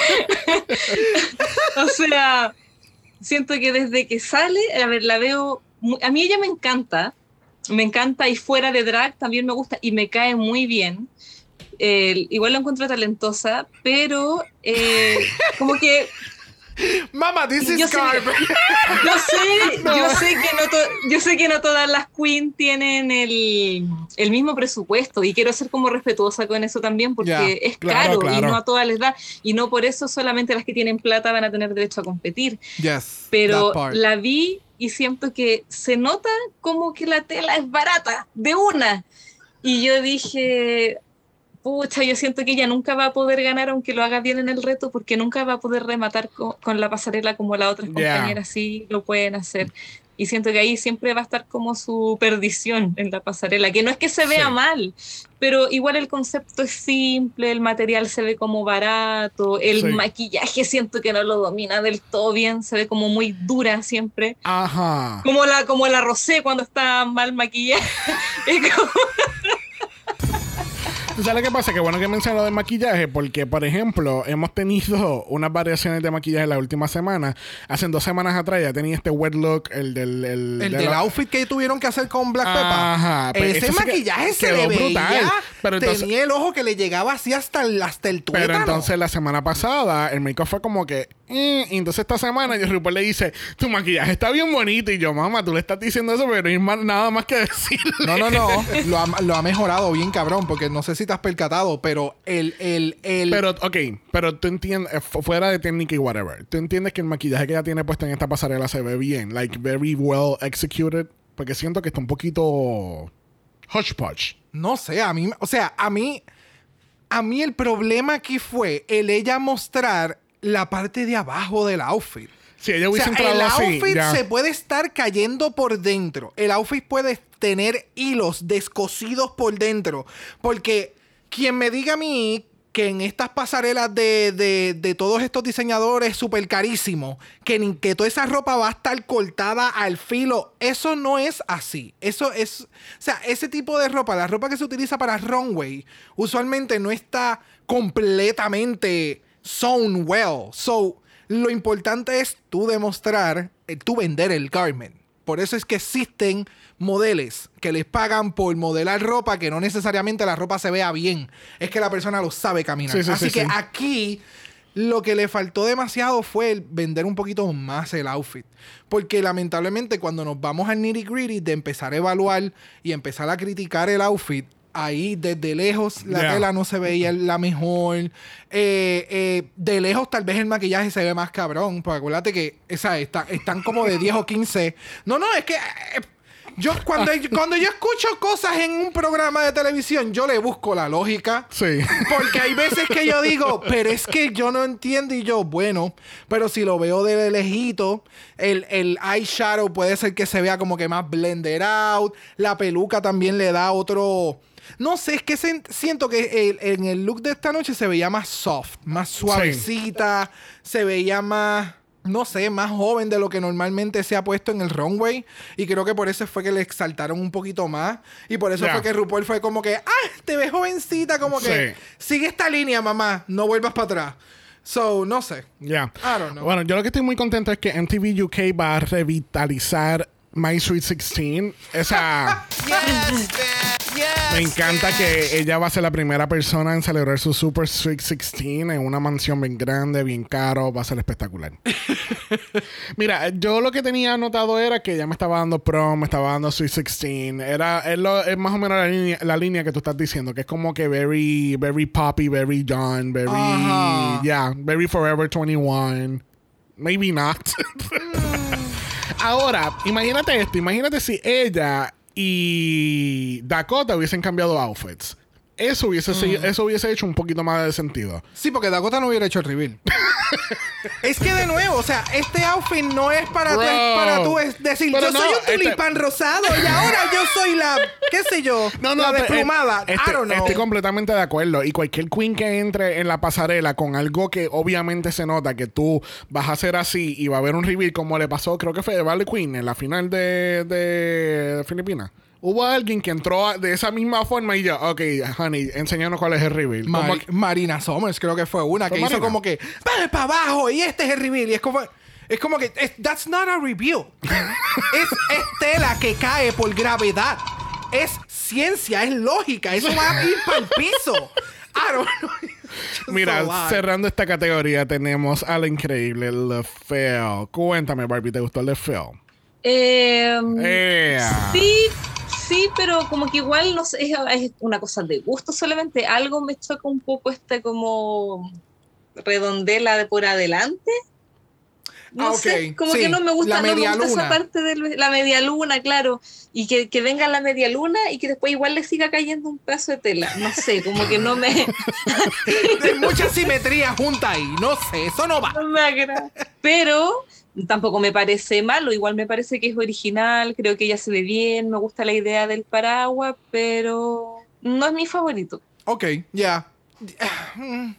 O sea, siento que desde que sale, a ver, la veo, a mí ella me encanta, me encanta y fuera de drag también me gusta y me cae muy bien. Eh, igual la encuentro talentosa, pero eh, como que Mama, this is yo sé, garbage. Yo sé, no. yo sé que no to, yo sé que no todas las queens tienen el, el mismo presupuesto y quiero ser como respetuosa con eso también porque yeah, es claro, caro claro. y no a todas les da y no por eso solamente las que tienen plata van a tener derecho a competir. Yes, pero la vi y siento que se nota como que la tela es barata de una y yo dije, pucha, yo siento que ella nunca va a poder ganar aunque lo haga bien en el reto porque nunca va a poder rematar con, con la pasarela como las otras yeah. compañeras sí lo pueden hacer. Y siento que ahí siempre va a estar como su perdición en la pasarela, que no es que se vea sí. mal, pero igual el concepto es simple, el material se ve como barato, el sí. maquillaje siento que no lo domina del todo bien, se ve como muy dura siempre. Ajá. Como la, como la Rosé cuando está mal maquillada. Es como... ¿Sabes qué pasa? Que bueno que mencioné lo del maquillaje porque, por ejemplo, hemos tenido unas variaciones de maquillaje la última semana. Hace dos semanas atrás ya tenía este wet look, el del... El, el de del la... outfit que tuvieron que hacer con Black Pepper. Ajá. Ese maquillaje se le veía. Brutal. Pero entonces, tenía el ojo que le llegaba así hasta el, hasta el tuétano. Pero entonces la semana pasada el make-up fue como que... Eh, y entonces esta semana yo RuPaul le dice, tu maquillaje está bien bonito. Y yo, mamá, tú le estás diciendo eso, pero no hay más, nada más que decirle. No, no, no. lo, ha, lo ha mejorado bien cabrón porque no sé si te has percatado, pero el... el, el... Pero, ok, pero tú entiendes, fuera de técnica y whatever, tú entiendes que el maquillaje que ella tiene puesto en esta pasarela se ve bien, like very well executed, porque siento que está un poquito hodgepodge. No sé, a mí, o sea, a mí, a mí el problema aquí fue el ella mostrar la parte de abajo del outfit. Si ella hubiese o sea, entrado así, el outfit ya. se puede estar cayendo por dentro. El outfit puede tener hilos descosidos por dentro. Porque quien me diga a mí que en estas pasarelas de, de, de todos estos diseñadores súper carísimos, que, que toda esa ropa va a estar cortada al filo, eso no es así. Eso es... O sea, ese tipo de ropa, la ropa que se utiliza para runway, usualmente no está completamente sewn well. So, lo importante es tú demostrar, eh, tú vender el garment. Por eso es que existen modelos que les pagan por modelar ropa que no necesariamente la ropa se vea bien. Es que la persona lo sabe caminar. Sí, sí, Así sí, que sí. aquí lo que le faltó demasiado fue el vender un poquito más el outfit. Porque lamentablemente cuando nos vamos al nitty gritty de empezar a evaluar y empezar a criticar el outfit, ahí desde lejos la yeah. tela no se veía la mejor. Eh, eh, de lejos tal vez el maquillaje se ve más cabrón. Porque acuérdate que esa, está, están como de diez o quince. No, no, es que... Eh, Yo cuando, cuando yo escucho cosas en un programa de televisión, yo le busco la lógica. Sí. Porque hay veces que yo digo, pero es que yo no entiendo. Y yo, bueno, pero si lo veo de lejito, el, el eyeshadow puede ser que se vea como que más blended out. La peluca también le da otro... No sé, es que se, siento que el, en el look de esta noche se veía más soft, más suavecita, sí. Se veía más... no sé, más joven de lo que normalmente se ha puesto en el runway. Y creo que por eso fue que le exaltaron un poquito más. Y por eso yeah. fue que RuPaul fue como que, ah, te ves jovencita, como que sí. sigue esta línea, mamá, no vuelvas para atrás. So, no sé. Ya. Yeah. I don't know. Bueno, yo lo que estoy muy contento es que M T V U K va a revitalizar My Sweet sixteen. Esa... yes, yes, me encanta que ella va a ser la primera persona en celebrar su Super Sweet sixteen en una mansión bien grande, bien caro. Va a ser espectacular. Mira, yo lo que tenía anotado era que ella me estaba dando prom, me estaba dando Sweet sixteen. Era, es, lo, es más o menos la línea, la línea que tú estás diciendo, que es como que very, very poppy, very done, very, uh-huh. yeah, very Forever twenty-one. Maybe not. Ahora, imagínate esto. Imagínate si ella y Dakota hubiesen cambiado outfits. eso hubiese, mm. eso hubiese hecho un poquito más de sentido. Sí, porque Dakota no hubiera hecho el reveal. Es que de nuevo, o sea, este outfit no es para tú, es para tú es decir, pero yo no, soy un tulipán este... rosado y ahora yo soy la, qué sé yo, no, no, la desplumada. Este, I don't know. Estoy completamente de acuerdo. Y cualquier queen que entre en la pasarela con algo que obviamente se nota que tú vas a hacer así y va a haber un reveal como le pasó, creo que fue de Harley Quinn en la final de, de Filipinas. Hubo alguien que entró de esa misma forma y yo, ok, honey, enséñanos cuál es el reveal. Mar que... Marina Summers creo que fue una que hizo Marina? Como que, vale para abajo y este es el reveal. Y es como, es como que, es, that's not a reveal. es, es tela que cae por gravedad. Es ciencia, es lógica. Eso va a ir para el piso. I don't know. Mira, so cerrando esta categoría tenemos a la increíble LaFell. Cuéntame, Barbie, ¿te gustó LaFell? Eh, yeah. Sí, sí, pero como que igual no sé, es, es una cosa de gusto solamente. Algo me choca un poco este como redondela de por adelante. No ah, okay. sé, como sí, que no me gusta, la media no me gusta luna. esa parte de la media luna, claro. Y que, que venga la media luna y que después igual le siga cayendo un pedazo de tela. No sé, como que no me... Hay mucha simetría junta ahí. No sé, eso no va. No me agrada. Pero... tampoco me parece malo, igual me parece que es original, creo que ella se ve bien, me gusta la idea del paraguas, pero no es mi favorito. Ok, ya. Yeah.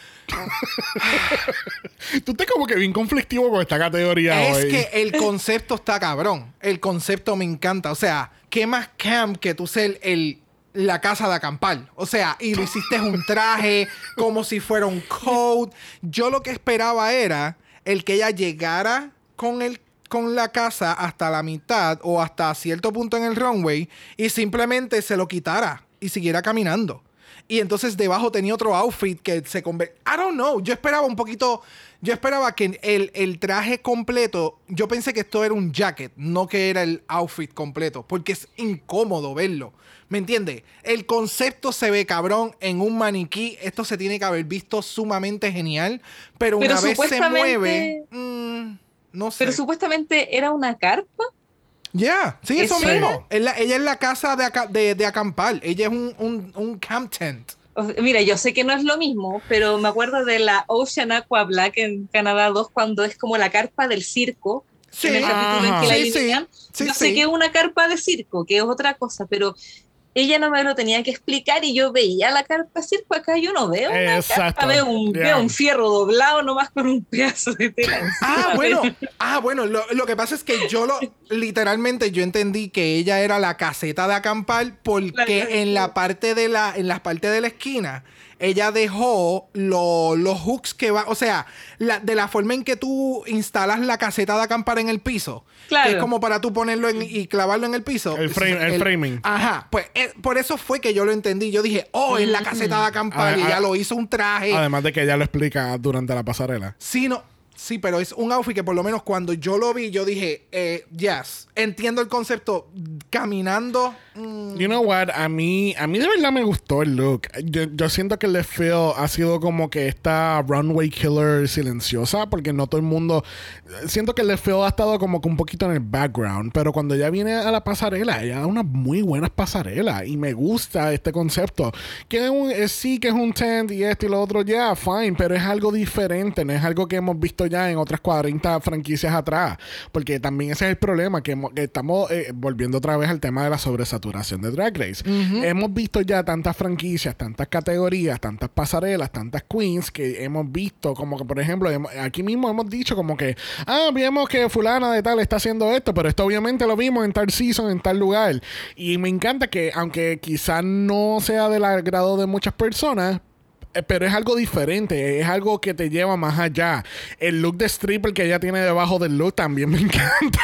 Tú estás como que bien conflictivo con esta categoría es hoy. que el concepto está cabrón. El concepto me encanta. O sea, ¿qué más camp que tú ser el... la casa de acampar? O sea, y lo hiciste un traje como si fuera un coat. Yo lo que esperaba era el que ella llegara con el con la casa hasta la mitad o hasta cierto punto en el runway y simplemente se lo quitara y siguiera caminando. Y entonces debajo tenía otro outfit que se convirtió... I don't know. Yo esperaba un poquito... Yo esperaba que el, el traje completo... Yo pensé que esto era un jacket, no que era el outfit completo. Porque es incómodo verlo. ¿Me entiendes? El concepto se ve cabrón en un maniquí. Esto se tiene que haber visto sumamente genial. Pero, pero una vez se mueve... Mmm, no sé. Pero supuestamente era una carpa. Ya, yeah, sí, eso, eso mismo. Es la, ella es la casa de, aca de, de acampar. Ella es un, un, un camp tent. Mira, yo sé que no es lo mismo, pero me acuerdo de la Ocean Aqua Black en Canadá dos, cuando es como la carpa del circo. Sí, en el capítulo en que la sí, eliminan. sí, sí, yo sí. sé que es una carpa de circo, que es otra cosa, pero ella no me lo tenía que explicar y yo veía la carpa de circo. Acá yo no veo una Exacto. carpa, veo un, yeah. veo un fierro doblado nomás con un pedazo de tela encima. Ah, bueno, ah, bueno lo, lo que pasa es que yo lo, literalmente yo entendí que ella era la caseta de acampar porque en la parte de la, en la parte de la esquina ella dejó lo, los hooks que va, o sea, la, de la forma en que tú instalas la caseta de acampar en el piso, claro. que es como para tú ponerlo en, y clavarlo en el piso. El, frame, el, el framing. Ajá, pues eh, por eso fue que yo lo entendí. Yo dije, oh, es la caseta de acampar, ah, y ella ah, lo hizo un traje. Además de que ella lo explica durante la pasarela. Sí, no... Sí, pero es un outfit que por lo menos cuando yo lo vi, yo dije, eh, yes, entiendo el concepto. Caminando. Mm. You know what? A mí, a mí de verdad me gustó el look. Yo, yo siento que el LaFell ha sido como que esta runway killer silenciosa, porque no todo el mundo... Siento que el LaFell ha estado como que un poquito en el background, pero cuando ella viene a la pasarela, ella da unas muy buenas pasarelas y me gusta este concepto. Que es un, es, sí que es un tent y esto y lo otro, ya, yeah, fine, pero es algo diferente, no es algo que hemos visto ya en otras cuarenta franquicias atrás, porque también ese es el problema, que, que estamos eh, volviendo otra vez al tema de la sobresaturación de Drag Race. Uh-huh. Hemos visto ya tantas franquicias, tantas categorías, tantas pasarelas, tantas queens que hemos visto, como que por ejemplo hemos, aquí mismo hemos dicho como que ah, vimos que fulana de tal está haciendo esto, pero esto obviamente lo vimos en tal season, en tal lugar, y me encanta que aunque quizás no sea del agrado de muchas personas, pero es algo diferente, es algo que te lleva más allá. El look de stripper que ella tiene debajo del look también me encanta.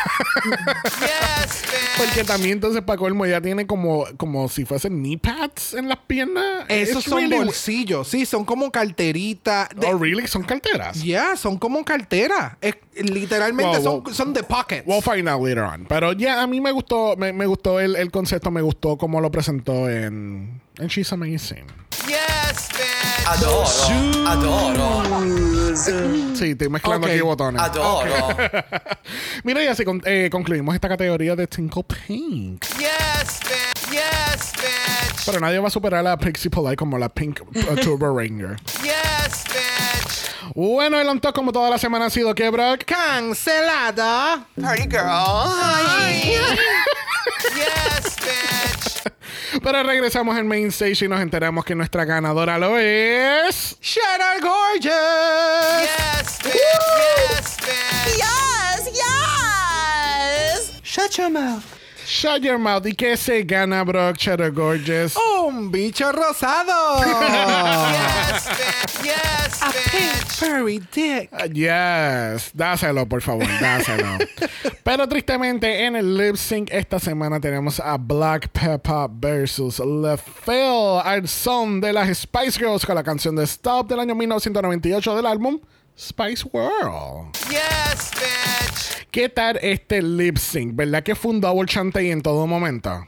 Yes, porque también entonces para colmo ella tiene como, como si fuesen knee pads en las piernas. Esos It's son really bolsillos, sí, son como carteritas. De... Oh, really? ¿Son carteras? Ya, yeah, son como carteras. Es, literalmente well, son, well, son de pockets. We'll find out later on. Pero ya, yeah, a mí me gustó, me, me gustó el, el concepto, me gustó cómo lo presentó en, en She's Amazing. Yes, man. Adoro, adoro. Sí, estoy mezclando okay. aquí botones. Adoro. Okay. Mira, y así con, eh, concluimos esta categoría de Tinkle Pink. Yes, man. Yes, bitch. Pero nadie va a superar a Pixie Polite como la Pink uh, Turbo Ranger. Yes, bitch. Bueno, el on top como toda la semana ha sido que, Brock. Cancelada. Party girl. Hi. Yes, bitch. Pero regresamos al main stage y nos enteramos que nuestra ganadora lo es... Cheddar Gorgeous. Yes, bitch. Yes, bitch. Yes, yes. Shut your mouth. Shut your mouth. ¿Y qué se gana, Brock Cheddar Gorgeous? Un bicho rosado. Yes, bitch. Yes, bitch. Furry dick. Uh, yes. Dáselo, por favor. Dáselo. Pero tristemente, en el lip sync esta semana tenemos a Black Peppa versus Le Phil al son de las Spice Girls con la canción de Stop del año mil novecientos noventa y ocho del álbum Spice World. Yes, bitch. ¿Qué tal este lip sync? ¿Verdad que fue un double chantey en todo momento?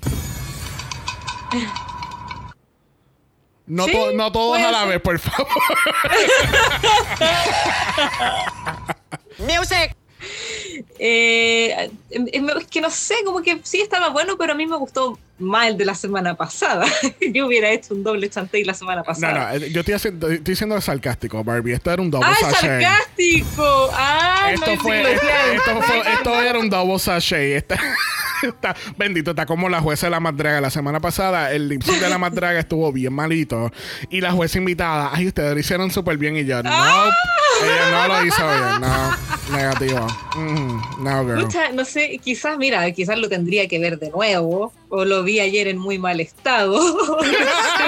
No, Sí, to- no todos puede a la ser. vez, por favor. Music. Eh, em- es que no sé, como que sí estaba bueno, pero a mí me gustó más el de la semana pasada. Yo hubiera hecho un doble chantey la semana No, pasada. no, eh, yo estoy, haciendo, estoy siendo sarcástico, Barbie. Esto era un double ¡Ah, es sachet. sarcástico! ¡Ah, Esto, no, fue, sí, lo esto, decía. esto fue- esto era un double sachet. Está, está- bendito, está como la jueza de la Madraga. La semana pasada, el lip sync de la Madraga estuvo bien malito. Y la jueza invitada, ay, ustedes lo hicieron súper bien. Y yo, no, ella no lo hizo bien. No, negativo. Mm, no, girl. Pucha, no sé, quizás, mira, quizás lo tendría que ver de nuevo, o lo vi ayer en muy mal estado. No sé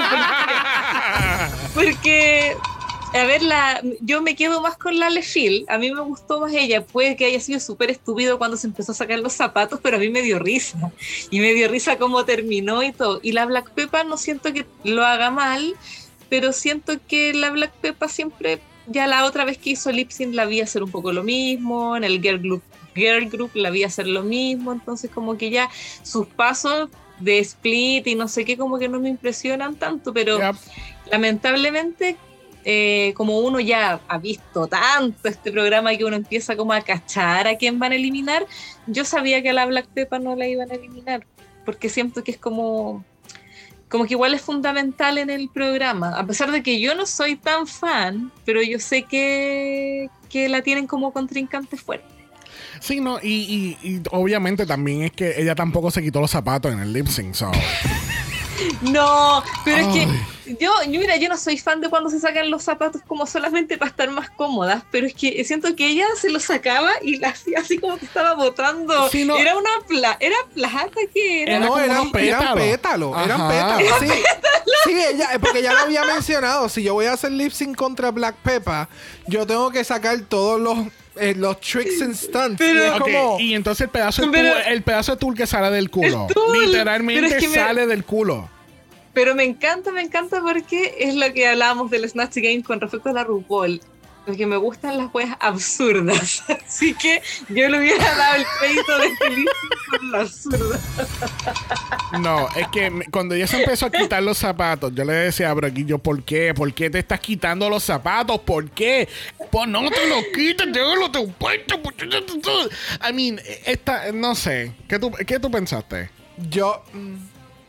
por qué. Porque, a ver, la, yo me quedo más con la Le Phil. A mí me gustó más ella. Puede que haya sido súper estúpido cuando se empezó a sacar los zapatos, pero a mí me dio risa. Y me dio risa cómo terminó y todo. Y la Black Peppa no siento que lo haga mal, pero siento que la Black Peppa siempre... Ya la otra vez que hizo lip sync la vi hacer un poco lo mismo, en el Girl Group, Girl Group la vi hacer lo mismo, entonces como que ya sus pasos de split y no sé qué como que no me impresionan tanto, pero Yep. lamentablemente eh, como uno ya ha visto tanto este programa que uno empieza como a cachar a quién van a eliminar, yo sabía que a la Black Peppa no la iban a eliminar, porque siento que es como... como que igual es fundamental en el programa, a pesar de que yo no soy tan fan, pero yo sé que, que la tienen como contrincante fuerte. Sí, no, y, y, y obviamente también es que ella tampoco se quitó los zapatos en el lip sync, so. No, pero Ay. es que yo, yo, mira, yo no soy fan de cuando se sacan los zapatos como solamente para estar más cómodas, pero es que siento que ella se los sacaba y la hacía así como que estaba botando. Sí, no. Era una pla ¿era plata que era? Era no, como eran, unos eran pétalos. pétalos. Eran Ajá. pétalos. Sí, sí, ella, porque ya lo había mencionado. Si yo voy a hacer lip sync contra Black Peppa, yo tengo que sacar todos los, eh, los tricks and stunts. Pero- y es Ok, como. y entonces el pedazo, de Pero- tul, el pedazo de tul que sale del culo. El tul. Literalmente Pero es que me- sale del culo. Pero me encanta, me encanta porque es lo que hablábamos del Snatch Game con respecto a la RuPaul. Porque me gustan las weas absurdas. Así que yo le hubiera dado el crédito de feliz por lo absurdo. No, es que me- cuando ella se empezó a quitar los zapatos, yo le decía a Broquillo, ¿por qué? ¿Por qué te estás quitando los zapatos? ¿Por qué? Pues no te los quites, déjalo te puesto. I mean, esta, no sé. ¿Qué tú, qué tú pensaste? Yo. mm,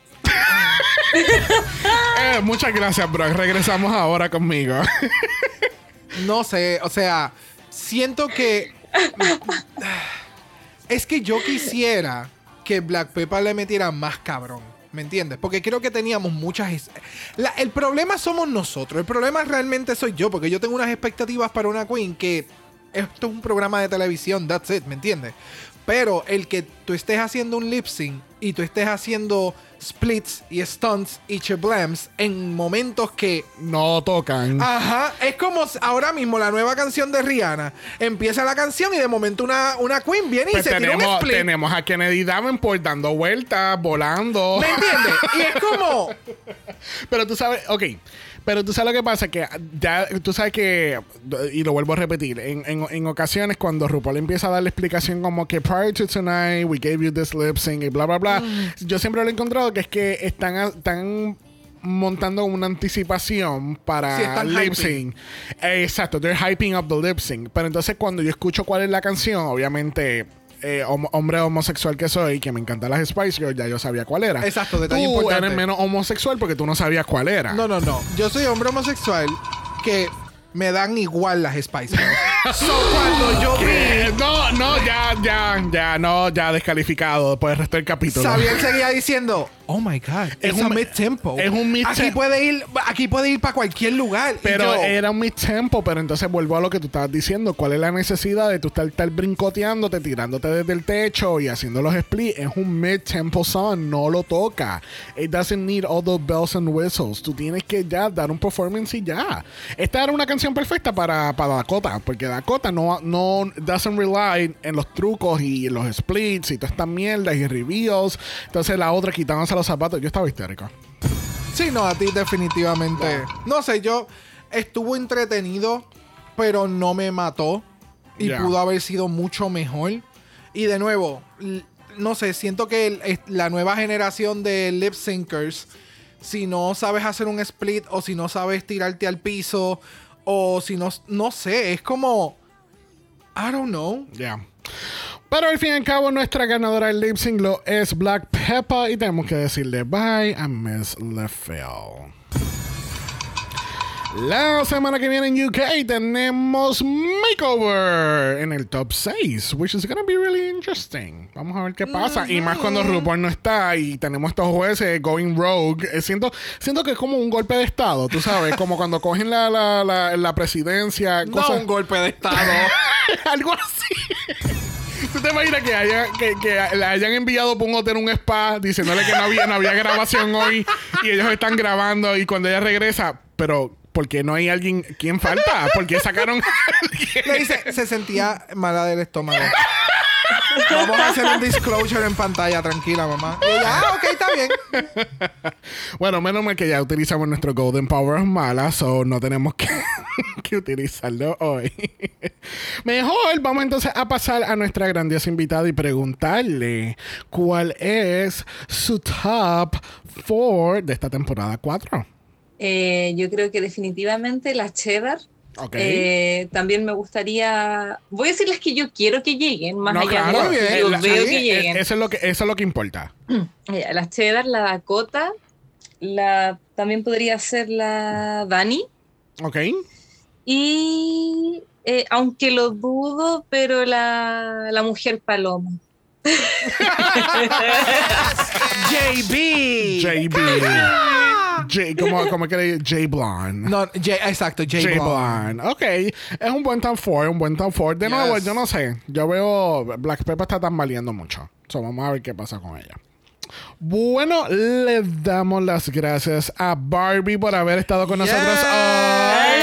Eh, muchas gracias, bro. Regresamos ahora conmigo. No sé, o sea, siento que. Es que yo quisiera que Black Peppa le metiera más cabrón. ¿Me entiendes? Porque creo que teníamos muchas... es- La- el problema somos nosotros. El problema realmente soy yo. Porque yo tengo unas expectativas para una queen que... Esto es un programa de televisión, that's it, ¿me entiendes? Pero el que tú estés haciendo un lip sync y tú estés haciendo splits y stunts y cheblams en momentos que... No tocan. Ajá, es como s- ahora mismo la nueva canción de Rihanna. Empieza la canción y de momento una, una queen viene y Pues se tira un tenemos, split. tenemos a Kennedy Davenport dando vueltas, volando. ¿Me entiendes? Y es como... Pero tú sabes, ok. Pero tú sabes lo que pasa, que ya, tú sabes que, y lo vuelvo a repetir, en, en, en ocasiones cuando RuPaul empieza a dar la explicación como que prior to tonight, we gave you this lip sync y bla, bla, bla, Mm. yo siempre lo he encontrado que es que están, a- están montando una anticipación para Sí, están lip hyping. sync. Eh, exacto, they're hyping up the lip sync. Pero entonces cuando yo escucho cuál es la canción, obviamente... eh, hom- hombre homosexual que soy, que me encantan las Spice Girls, ya yo sabía cuál era. Exacto, detalle tú importante. eres menos homosexual porque tú no sabías cuál era. No, no, no. Yo soy hombre homosexual que me dan igual las Spice Girls. So, cuando yo ¿Qué? vi... No, no, ya, ya, ya, no, ya descalificado después del resto del capítulo. Xavier seguía diciendo, oh my God, Es es un- un mid-tempo. es un mid-tempo. Aquí puede ir, aquí puede ir para cualquier lugar. Y Pero yo, era un mid-tempo, pero entonces vuelvo a lo que tú estabas diciendo. ¿Cuál es la necesidad de tú estar, estar brincoteándote, tirándote desde el techo y haciendo los splits? Es un mid-tempo song, no lo toca. It doesn't need all those bells and whistles. Tú tienes que ya dar un performance y ya. Esta era una canción perfecta para, para Dakota, porque Dakota no, no doesn't rely en los trucos y los splits y todas estas mierdas y reveals. Entonces la otra quitándose los zapatos. Yo estaba histérico. Sí, no, a ti definitivamente. No sé, yo estuvo entretenido, pero no me mató. Y Ya. pudo haber sido mucho mejor. Y de nuevo, l- no sé, siento que el- es- la nueva generación de lip syncers, si no sabes hacer un split o si no sabes tirarte al piso o si no, no sé, es como, I don't know. Ya. Pero al fin y al cabo, nuestra ganadora del lip sync lo es Black Peppa. Y tenemos que decirle bye a Miss LaFell. La semana que viene en U K tenemos Makeover en el top seis, which is gonna be really interesting. Vamos a ver qué pasa. Y más cuando RuPaul no está y tenemos estos jueces going rogue. Eh, siento, siento que es como un golpe de estado, tú sabes, como cuando cogen la, la, la, la presidencia. No cosas- un golpe de estado. Algo así. ¿Tú te imaginas que, haya, que, que le hayan enviado por un hotel un spa diciéndole que no había, no había grabación hoy y ellos están grabando y cuando ella regresa, pero ¿por qué no hay alguien? ¿Quién falta? ¿Por qué sacaron a alguien? Le dice, se sentía mala del estómago. Vamos a hacer un disclosure en pantalla, tranquila, mamá. Y ella, ah, ok, está bien. Bueno, menos mal que ya utilizamos nuestro Golden Power mala, so no tenemos que, que utilizarlo hoy. Mejor vamos entonces a pasar a nuestra grandiosa invitada y preguntarle cuál es su top cuatro de esta temporada cuatro. Eh, yo creo que definitivamente la cheddar. Ok. Eh, también me gustaría. Voy a decirles que yo quiero que lleguen, más No, allá claro, de eh, yo la- veo sí, que eh, lleguen. Eso es lo que, eso es lo que importa. Eh, La cheddar, la Dakota, la también podría ser la Dani. Ok. Y eh, aunque lo dudo, pero la, la mujer paloma. J B. J B. J, ¿cómo, cómo que le J Blonde? No, J, exacto, J, J Blonde. Blonde. Ok. Es un buen top cuatro, un buen top cuatro. De Yes. nuevo, yo no sé. Yo veo Black Peppa está tambaleando mucho. So, vamos a ver qué pasa con ella. Bueno, les damos las gracias a Barbie por haber estado con nosotros hoy.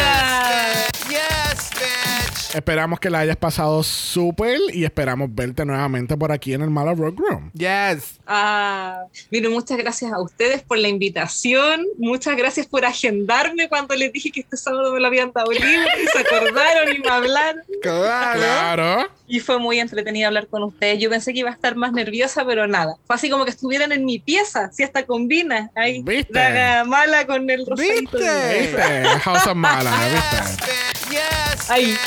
Yes, bitch. Esperamos que la hayas pasado súper y esperamos verte nuevamente por aquí en el Mala Rock Room. Yes. Ah, mire, muchas gracias a ustedes por la invitación. Muchas gracias por agendarme cuando les dije que este sábado me lo habían dado libre y se acordaron y me hablaron. Claro. Claro. Y fue muy entretenido hablar con ustedes. Yo pensé que iba a estar más nerviosa, pero nada. Fue así como que estuvieran en mi pieza. Si hasta combina. Ahí, ¿Viste? la mala con el rosadito. ¿Viste? ¿Viste? House of Mala, ¿viste? Yes. Ahí.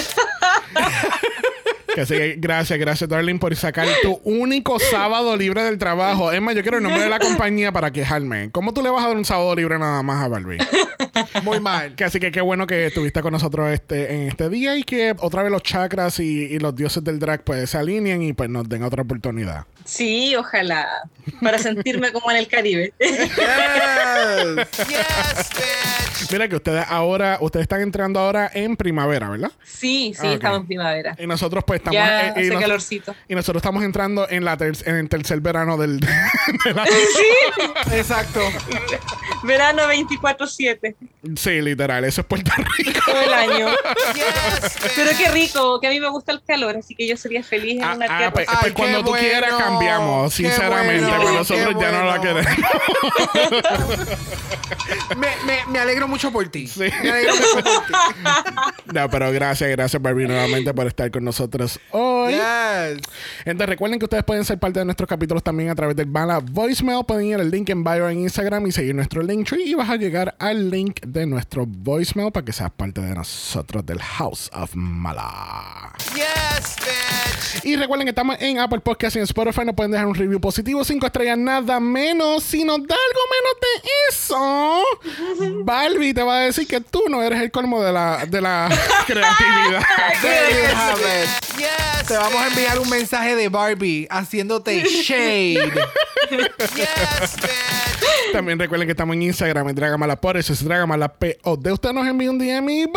Que así que gracias, gracias, Darling, por sacar tu único sábado libre del trabajo. Es más, yo quiero el nombre de la compañía para quejarme. ¿Cómo tú le vas a dar un sábado libre nada más a Barbie? Muy mal. Que así que qué bueno que estuviste con nosotros este, en este día y que otra vez los chakras y, y los dioses del drag pues se alineen y pues nos den otra oportunidad. Sí, ojalá. Para sentirme como en el Caribe. Yes. Yes, bitch. Mira que ustedes ahora, ustedes están entrando ahora en primavera, ¿verdad? Sí, sí, Ah, ok. estamos en primavera. Y nosotros pues estamos... Ya eh, y hace nos- calorcito. Y nosotros estamos entrando en, la ter- en el tercer verano del... de la- Sí, Exacto. verano veinticuatro siete. sí, literal, eso es Puerto Rico. Todo el año. Yes, bitch. Pero qué rico, que a mí me gusta el calor, así que yo sería feliz en Ah, una ah, tierra. pues, Ay, pues qué cuando tú bueno, quieras cambiamos, qué sinceramente, bueno, pues nosotros qué ya no la bueno. queremos. Me, me, me alegro mucho por ti. Sí. Me alegro mucho por ti. No, pero gracias, gracias Barbie nuevamente por estar con nosotros hoy. Yes. Entonces recuerden que ustedes pueden ser parte de nuestros capítulos también a través del Mala Voicemail. Pueden ir al link en bio en Instagram y seguir nuestro Linktree y vas a llegar al link de nuestro voicemail para que seas parte de nosotros del House of Mala. Yes, bitch. Y recuerden que estamos en Apple Podcasts y en Spotify. Nos pueden dejar un review positivo, cinco estrellas, nada menos. Si nos da algo menos de eso, Barbie te va a decir que tú no eres el colmo de la, de la creatividad. There you have it. Yes, te vamos a enviar un mensaje de Barbie haciéndote shade. Yes, bitch. También recuerden que estamos en Instagram, en Dragamala, por eso es Dragamala P O D. Usted nos envía un D M y...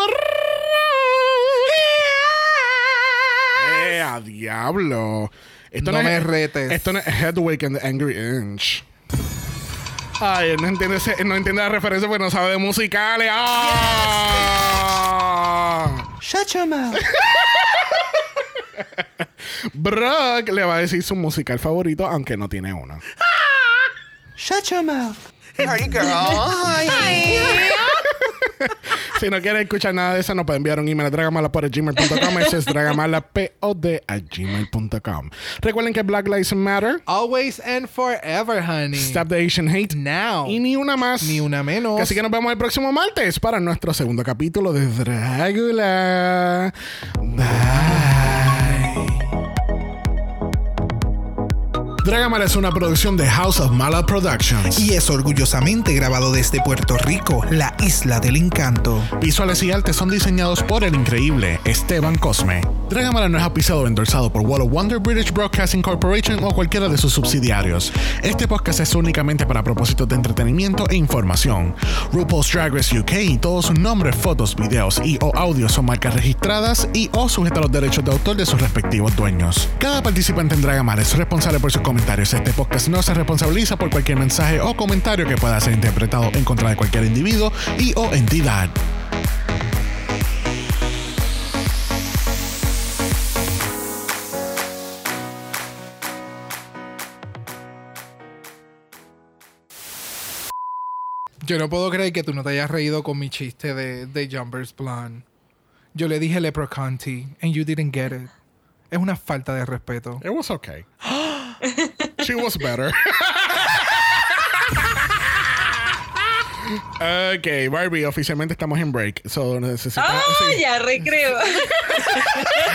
¡Eh, a diablo! Esto no, no me es, retes. Esto no es Hedwig and the Angry Inch. Ay, él no entiende, ese, no entiende la referencia porque no sabe de musicales. ¡Ah! Yes, shut your mouth. Brooke le va a decir su musical favorito, aunque no tiene uno. Shut your mouth. Party girl. Hi. Si no quiere escuchar nada de eso, nos puede enviar un email a dragamala por gmail punto com. Eso es dragamalapod a gmail punto com. Recuerden que Black Lives Matter. Always and forever, honey. Stop the Asian hate. Now. Y ni una más. Ni una menos. Así que nos vemos el próximo martes para nuestro segundo capítulo de Dragula. Bye. Dragamala es una producción de House of Mala Productions y es orgullosamente grabado desde Puerto Rico, la isla del encanto. Visuales y artes son diseñados por el increíble Esteban Cosme. Dragamala no es auspiciado o endorsado por Wall of Wonder, British Broadcasting Corporation o cualquiera de sus subsidiarios. Este podcast es únicamente para propósitos de entretenimiento e información. RuPaul's Drag Race U K y todos sus nombres, fotos, videos y o audios son marcas registradas y o sujetas a los derechos de autor de sus respectivos dueños. Cada participante en Dragamala es responsable por sus comentarios. Este podcast no se responsabiliza por cualquier mensaje o comentario que pueda ser interpretado en contra de cualquier individuo y o entidad. Yo no puedo creer que tú no te hayas reído con mi chiste de, de Jumpers Blonde. Yo le dije Leprechaunty and you didn't get it. Es una falta de respeto. It was okay. She was better. Ok, Barbie, oficialmente estamos en break. So necesitamos. ¡Ah! Oh, ya, recreo.